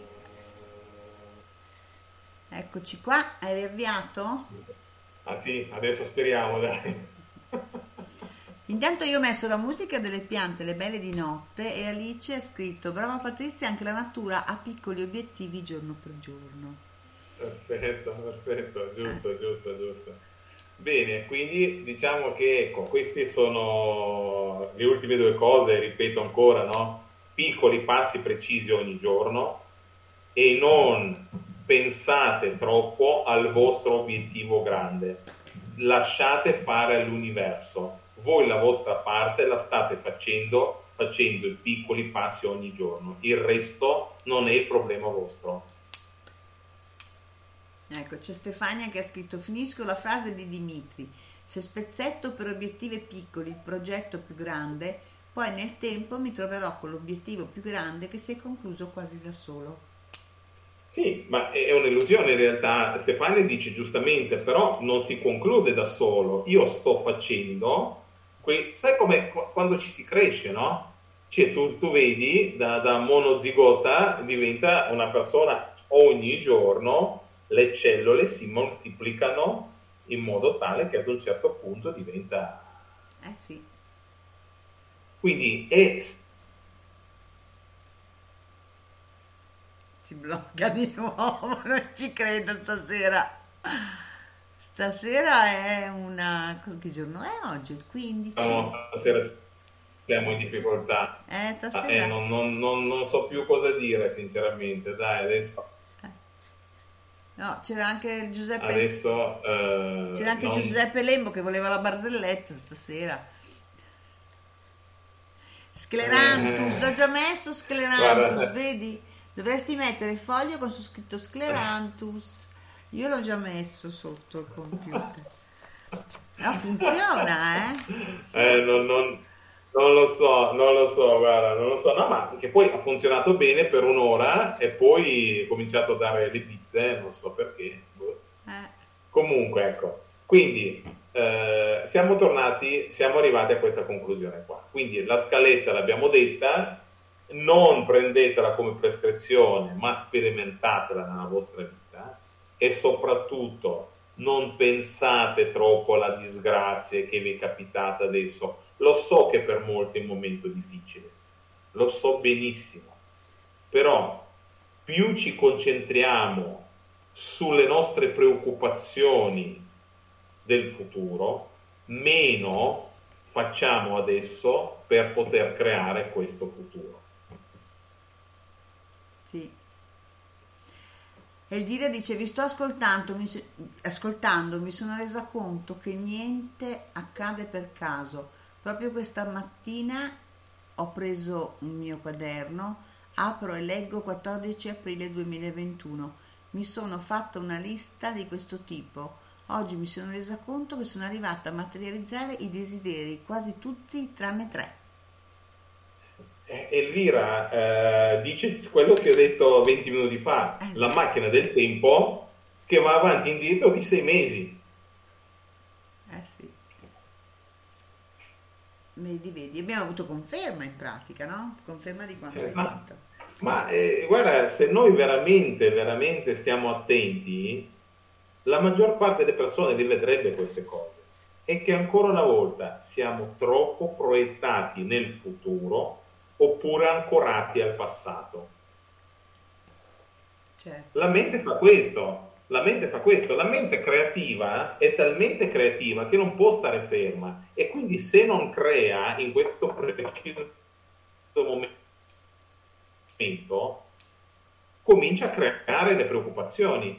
Eccoci qua, hai riavviato? Ah sì, adesso speriamo, dai. Intanto io ho messo la musica delle piante, Le belle di notte, e Alice ha scritto: brava Patrizia, anche la natura ha piccoli obiettivi giorno per giorno. Perfetto, giusto. Bene, quindi diciamo che ecco, queste sono le ultime 2 cose, ripeto ancora, no? Piccoli passi precisi ogni giorno e non pensate troppo al vostro obiettivo grande, lasciate fare all'universo, voi la vostra parte la state facendo i piccoli passi ogni giorno, il resto non è il problema vostro. Ecco, c'è Stefania che ha scritto: finisco la frase di Dimitri, se spezzetto per obiettivi piccoli il progetto più grande, poi nel tempo mi troverò con l'obiettivo più grande che si è concluso quasi da solo. Sì, ma è un'illusione in realtà. Stefania dice giustamente, però non si conclude da solo. Io sto facendo, sai come quando ci si cresce, no? Cioè tu vedi, da monozigota diventa una persona, ogni giorno le cellule si moltiplicano in modo tale che ad un certo punto diventa... sì. Quindi si blocca di nuovo, non ci credo stasera. Stasera è che giorno è oggi? Il 15? No, stasera siamo in difficoltà. Stasera. Non so più cosa dire, sinceramente. Dai, adesso. No, c'era anche Giuseppe. Adesso. C'era anche Giuseppe Lembo che voleva la barzelletta stasera. Sclerantus, l'ho già messo Sclerantus, guarda. vedi? Dovresti mettere il foglio con su scritto Sclerantus. Io l'ho già messo sotto il computer. No, funziona, Sì. Non lo so, guarda, non lo so. No, ma che poi ha funzionato bene per un'ora e poi ho cominciato a dare le pizze, non so perché. Comunque, ecco. Quindi siamo arrivati a questa conclusione qua. Quindi la scaletta l'abbiamo detta, non prendetela come prescrizione, ma sperimentatela nella vostra vita e soprattutto non pensate troppo alla disgrazia che vi è capitata adesso. Lo so che per molti è un momento difficile, lo so benissimo, però più ci concentriamo sulle nostre preoccupazioni del futuro, meno facciamo adesso per poter creare questo futuro. Sì. Elvira dice: vi sto ascoltando, mi sono resa conto che niente accade per caso. Proprio questa mattina ho preso un mio quaderno, apro e leggo 14 aprile 2021. Mi sono fatta una lista di questo tipo. Oggi mi sono resa conto che sono arrivata a materializzare i desideri, quasi tutti tranne 3. Elvira dice quello che ho detto 20 minuti fa, la macchina del tempo che va avanti e indietro di 6 mesi. Sì. Vedi, abbiamo avuto conferma in pratica, no? Conferma di quanto hai detto. Ma guarda, se noi veramente stiamo attenti, la maggior parte delle persone le vedrebbe queste cose. E che ancora una volta siamo troppo proiettati nel futuro oppure ancorati al passato. Certo. La mente fa questo. La mente creativa è talmente creativa che non può stare ferma e quindi se non crea in questo preciso momento comincia a creare le preoccupazioni.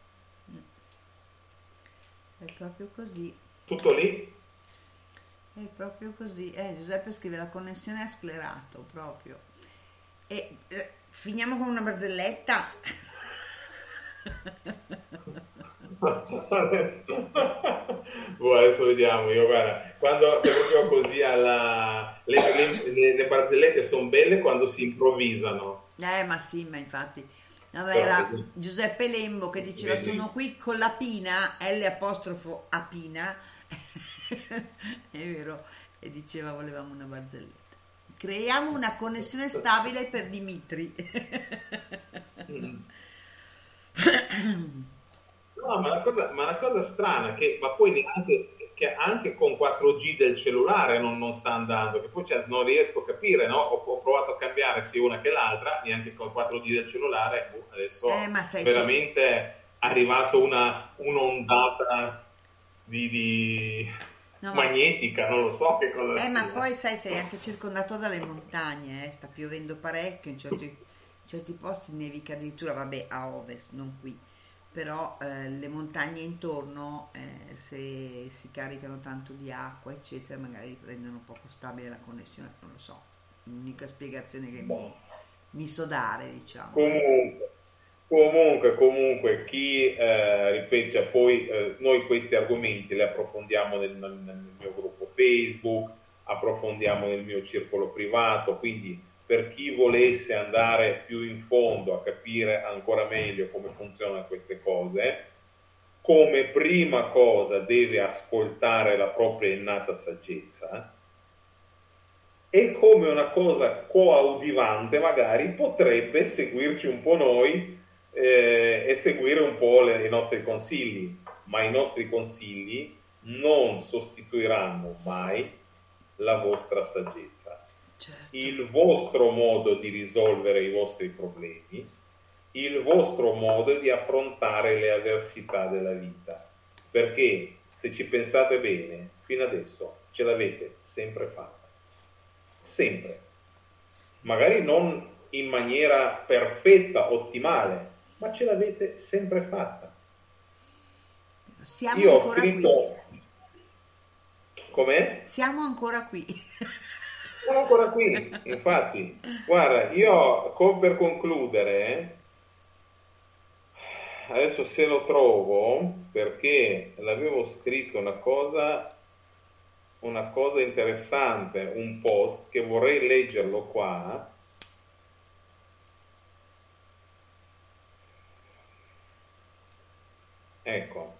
È proprio così. Tutto lì? È proprio così. Giuseppe scrive: la connessione ha sclerato proprio. E finiamo con una barzelletta. Adesso vediamo. Io guarda, quando proprio così le barzellette sono belle quando si improvvisano. Ma infatti. No, era Giuseppe Lembo che diceva: sono qui con la Pina, L''Apina è vero, e diceva volevamo una barzelletta. Creiamo una connessione stabile per Dimitri. No, ma la cosa strana ma poi anche con 4G del cellulare non sta andando, che poi non riesco a capire, no? Ho provato a cambiare sia una che l'altra, neanche con 4G del cellulare, adesso veramente è arrivato un'ondata magnetica, non lo so che cosa sia. Ma poi sei anche circondato dalle montagne, sta piovendo parecchio, in certi posti nevica addirittura, vabbè, a ovest, non qui. Però le montagne intorno, se si caricano tanto di acqua eccetera, magari rendono poco stabile la connessione, non lo so, l'unica spiegazione che mi so dare, diciamo. Comunque chi ripeto, poi noi questi argomenti li approfondiamo nel mio gruppo Facebook, approfondiamo nel mio circolo privato, quindi per chi volesse andare più in fondo a capire ancora meglio come funzionano queste cose, come prima cosa deve ascoltare la propria innata saggezza e come una cosa coaudivante magari potrebbe seguirci un po' noi e seguire un po' i nostri consigli, ma i nostri consigli non sostituiranno mai la vostra saggezza. Certo. Il vostro modo di risolvere i vostri problemi il vostro modo di affrontare le avversità della vita, perché se ci pensate bene, fino adesso ce l'avete sempre fatta, sempre, magari non in maniera perfetta, ottimale, ma ce l'avete sempre fatta. Siamo Io ho ancora scritto qui. Com'è? Siamo ancora qui. Siamo ancora qui, infatti. Guarda, io per concludere, adesso se lo trovo, perché l'avevo scritto una cosa interessante, un post che vorrei leggerlo qua. Ecco.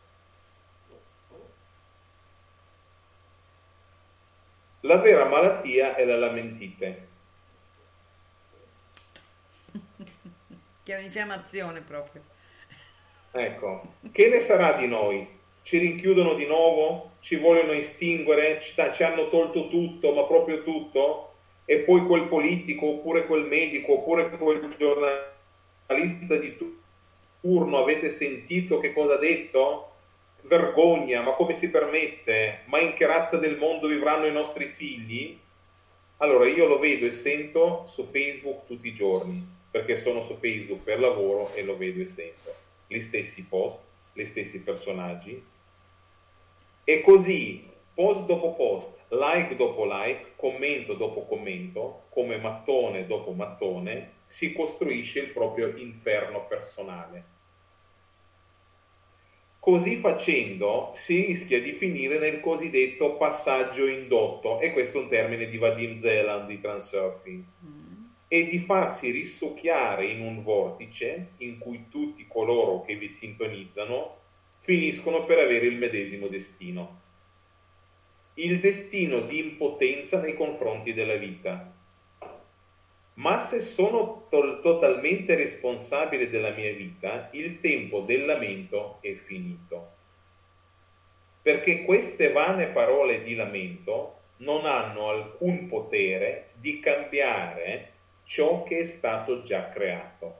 La vera malattia è la lamentite. Che è un'infiammazione proprio. Ecco, che ne sarà di noi? Ci rinchiudono di nuovo? Ci vogliono estinguere? Ci hanno tolto tutto, ma proprio tutto? E poi quel politico, oppure quel medico, oppure quel giornalista di turno, avete sentito che cosa ha detto? Vergogna, ma come si permette? Ma in che razza del mondo vivranno i nostri figli? Allora io lo vedo e sento su Facebook tutti i giorni, perché sono su Facebook per lavoro e lo vedo e sento gli stessi post, gli stessi personaggi, e così post dopo post, like dopo like, commento dopo commento, come mattone dopo mattone, si costruisce il proprio inferno personale. Così facendo si rischia di finire nel cosiddetto passaggio indotto, e questo è un termine di Vadim Zeland di Transurfing, e di farsi risucchiare in un vortice in cui tutti coloro che vi sintonizzano finiscono per avere il medesimo destino. Il destino di impotenza nei confronti della vita. Ma se sono totalmente responsabile della mia vita, il tempo del lamento è finito. Perché queste vane parole di lamento non hanno alcun potere di cambiare ciò che è stato già creato.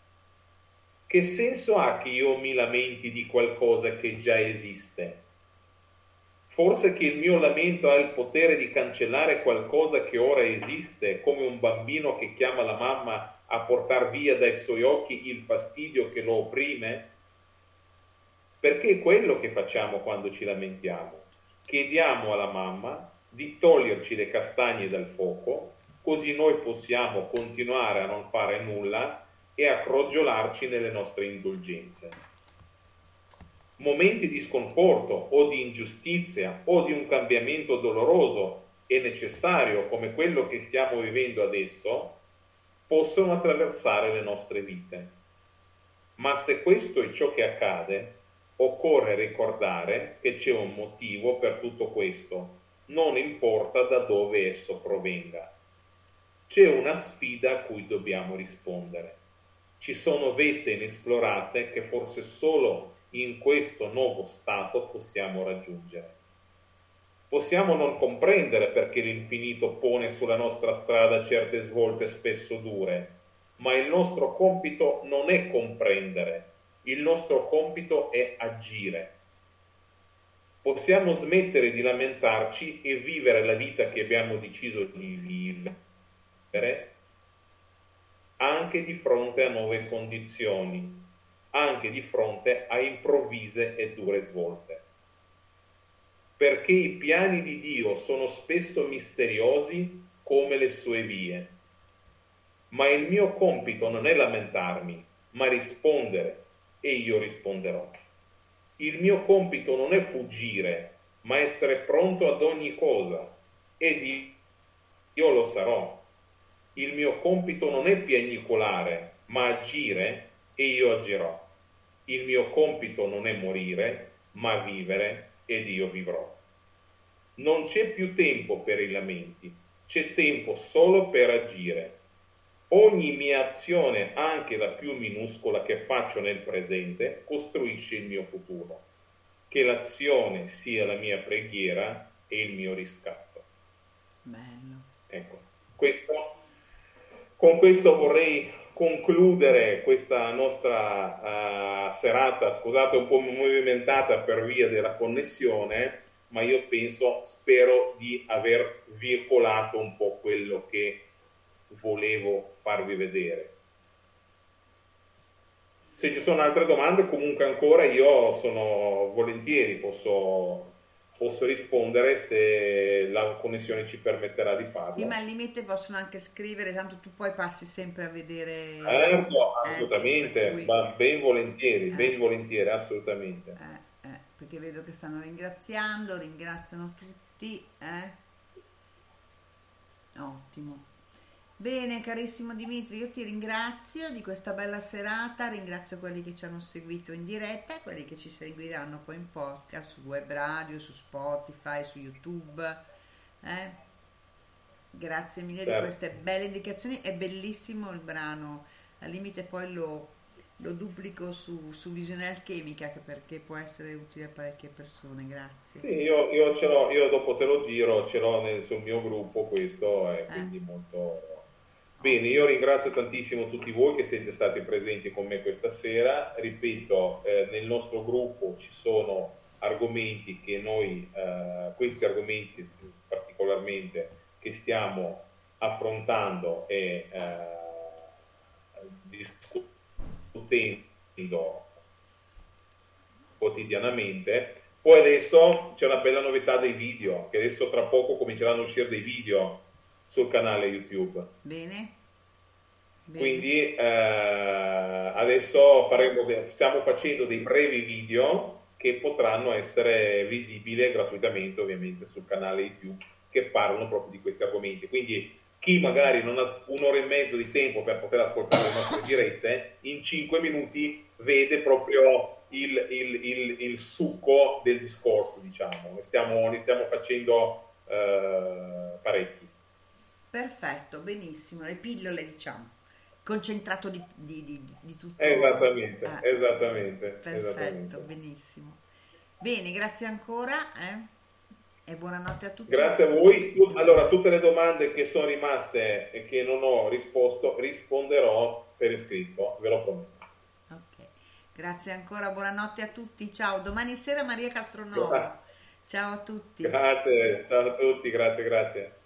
Che senso ha che io mi lamenti di qualcosa che già esiste? Forse che il mio lamento ha il potere di cancellare qualcosa che ora esiste, come un bambino che chiama la mamma a portar via dai suoi occhi il fastidio che lo opprime? Perché è quello che facciamo quando ci lamentiamo. Chiediamo alla mamma di toglierci le castagne dal fuoco, così noi possiamo continuare a non fare nulla e a crogiolarci nelle nostre indulgenze. Momenti di sconforto o di ingiustizia o di un cambiamento doloroso e necessario come quello che stiamo vivendo adesso possono attraversare le nostre vite. Ma se questo è ciò che accade, occorre ricordare che c'è un motivo per tutto questo, non importa da dove esso provenga. C'è una sfida a cui dobbiamo rispondere. Ci sono vette inesplorate che forse solo in questo nuovo stato possiamo raggiungere. Possiamo non comprendere perché l'infinito pone sulla nostra strada certe svolte spesso dure, ma il nostro compito non è comprendere, il nostro compito è agire. Possiamo smettere di lamentarci e vivere la vita che abbiamo deciso di vivere anche di fronte a nuove condizioni, anche di fronte a improvvise e dure svolte. Perché i piani di Dio sono spesso misteriosi come le sue vie. Ma il mio compito non è lamentarmi, ma rispondere, e io risponderò. Il mio compito non è fuggire, ma essere pronto ad ogni cosa, ed io lo sarò. Il mio compito non è piagnucolare, ma agire, e io agirò. Il mio compito non è morire, ma vivere, ed io vivrò. Non c'è più tempo per i lamenti, c'è tempo solo per agire. Ogni mia azione, anche la più minuscola che faccio nel presente, costruisce il mio futuro. Che l'azione sia la mia preghiera e il mio riscatto. Bello. Ecco, con questo vorrei concludere questa nostra serata, scusate, un po' movimentata per via della connessione, ma io spero di aver veicolato un po' quello che volevo farvi vedere. Se ci sono altre domande, comunque ancora io sono volentieri, posso rispondere se la connessione ci permetterà di farlo. Sì, ma al limite possono anche scrivere, tanto tu poi passi sempre a vedere. No, assolutamente, ma ben volentieri, assolutamente. Perché vedo che stanno ringraziano tutti. Ottimo. Bene, carissimo Dimitri, io ti ringrazio di questa bella serata, ringrazio quelli che ci hanno seguito in diretta e quelli che ci seguiranno poi in podcast, su web radio, su Spotify, su YouTube. Grazie mille di queste belle indicazioni, è bellissimo il brano, al limite poi lo duplico su Visione Alchemica, perché può essere utile a parecchie persone. Grazie. Sì, io ce l'ho, io dopo te lo giro, ce l'ho sul mio gruppo questo, quindi molto bene. Io ringrazio tantissimo tutti voi che siete stati presenti con me questa sera. Ripeto, nel nostro gruppo ci sono argomenti che noi, questi argomenti particolarmente che stiamo affrontando e discutendo quotidianamente. Poi adesso c'è una bella novità dei video, che adesso tra poco cominceranno a uscire dei video sul canale YouTube. Bene. Quindi adesso stiamo facendo dei brevi video che potranno essere visibili gratuitamente ovviamente sul canale YouTube, che parlano proprio di questi argomenti. Quindi chi magari non ha un'ora e mezzo di tempo per poter ascoltare le nostre dirette, in 5 minuti vede proprio il succo del discorso, diciamo. Ne stiamo facendo parecchi. Perfetto, benissimo, le pillole, diciamo, concentrato di tutto. Esattamente. Perfetto, benissimo. Bene, grazie ancora e buonanotte a tutti. Grazie a voi. Allora, tutte le domande che sono rimaste e che non ho risposto, risponderò per iscritto, ve lo prometto. Ok, grazie ancora, buonanotte a tutti, ciao. Domani sera Maria Castronova. Ciao a tutti. Grazie, ciao a tutti, grazie.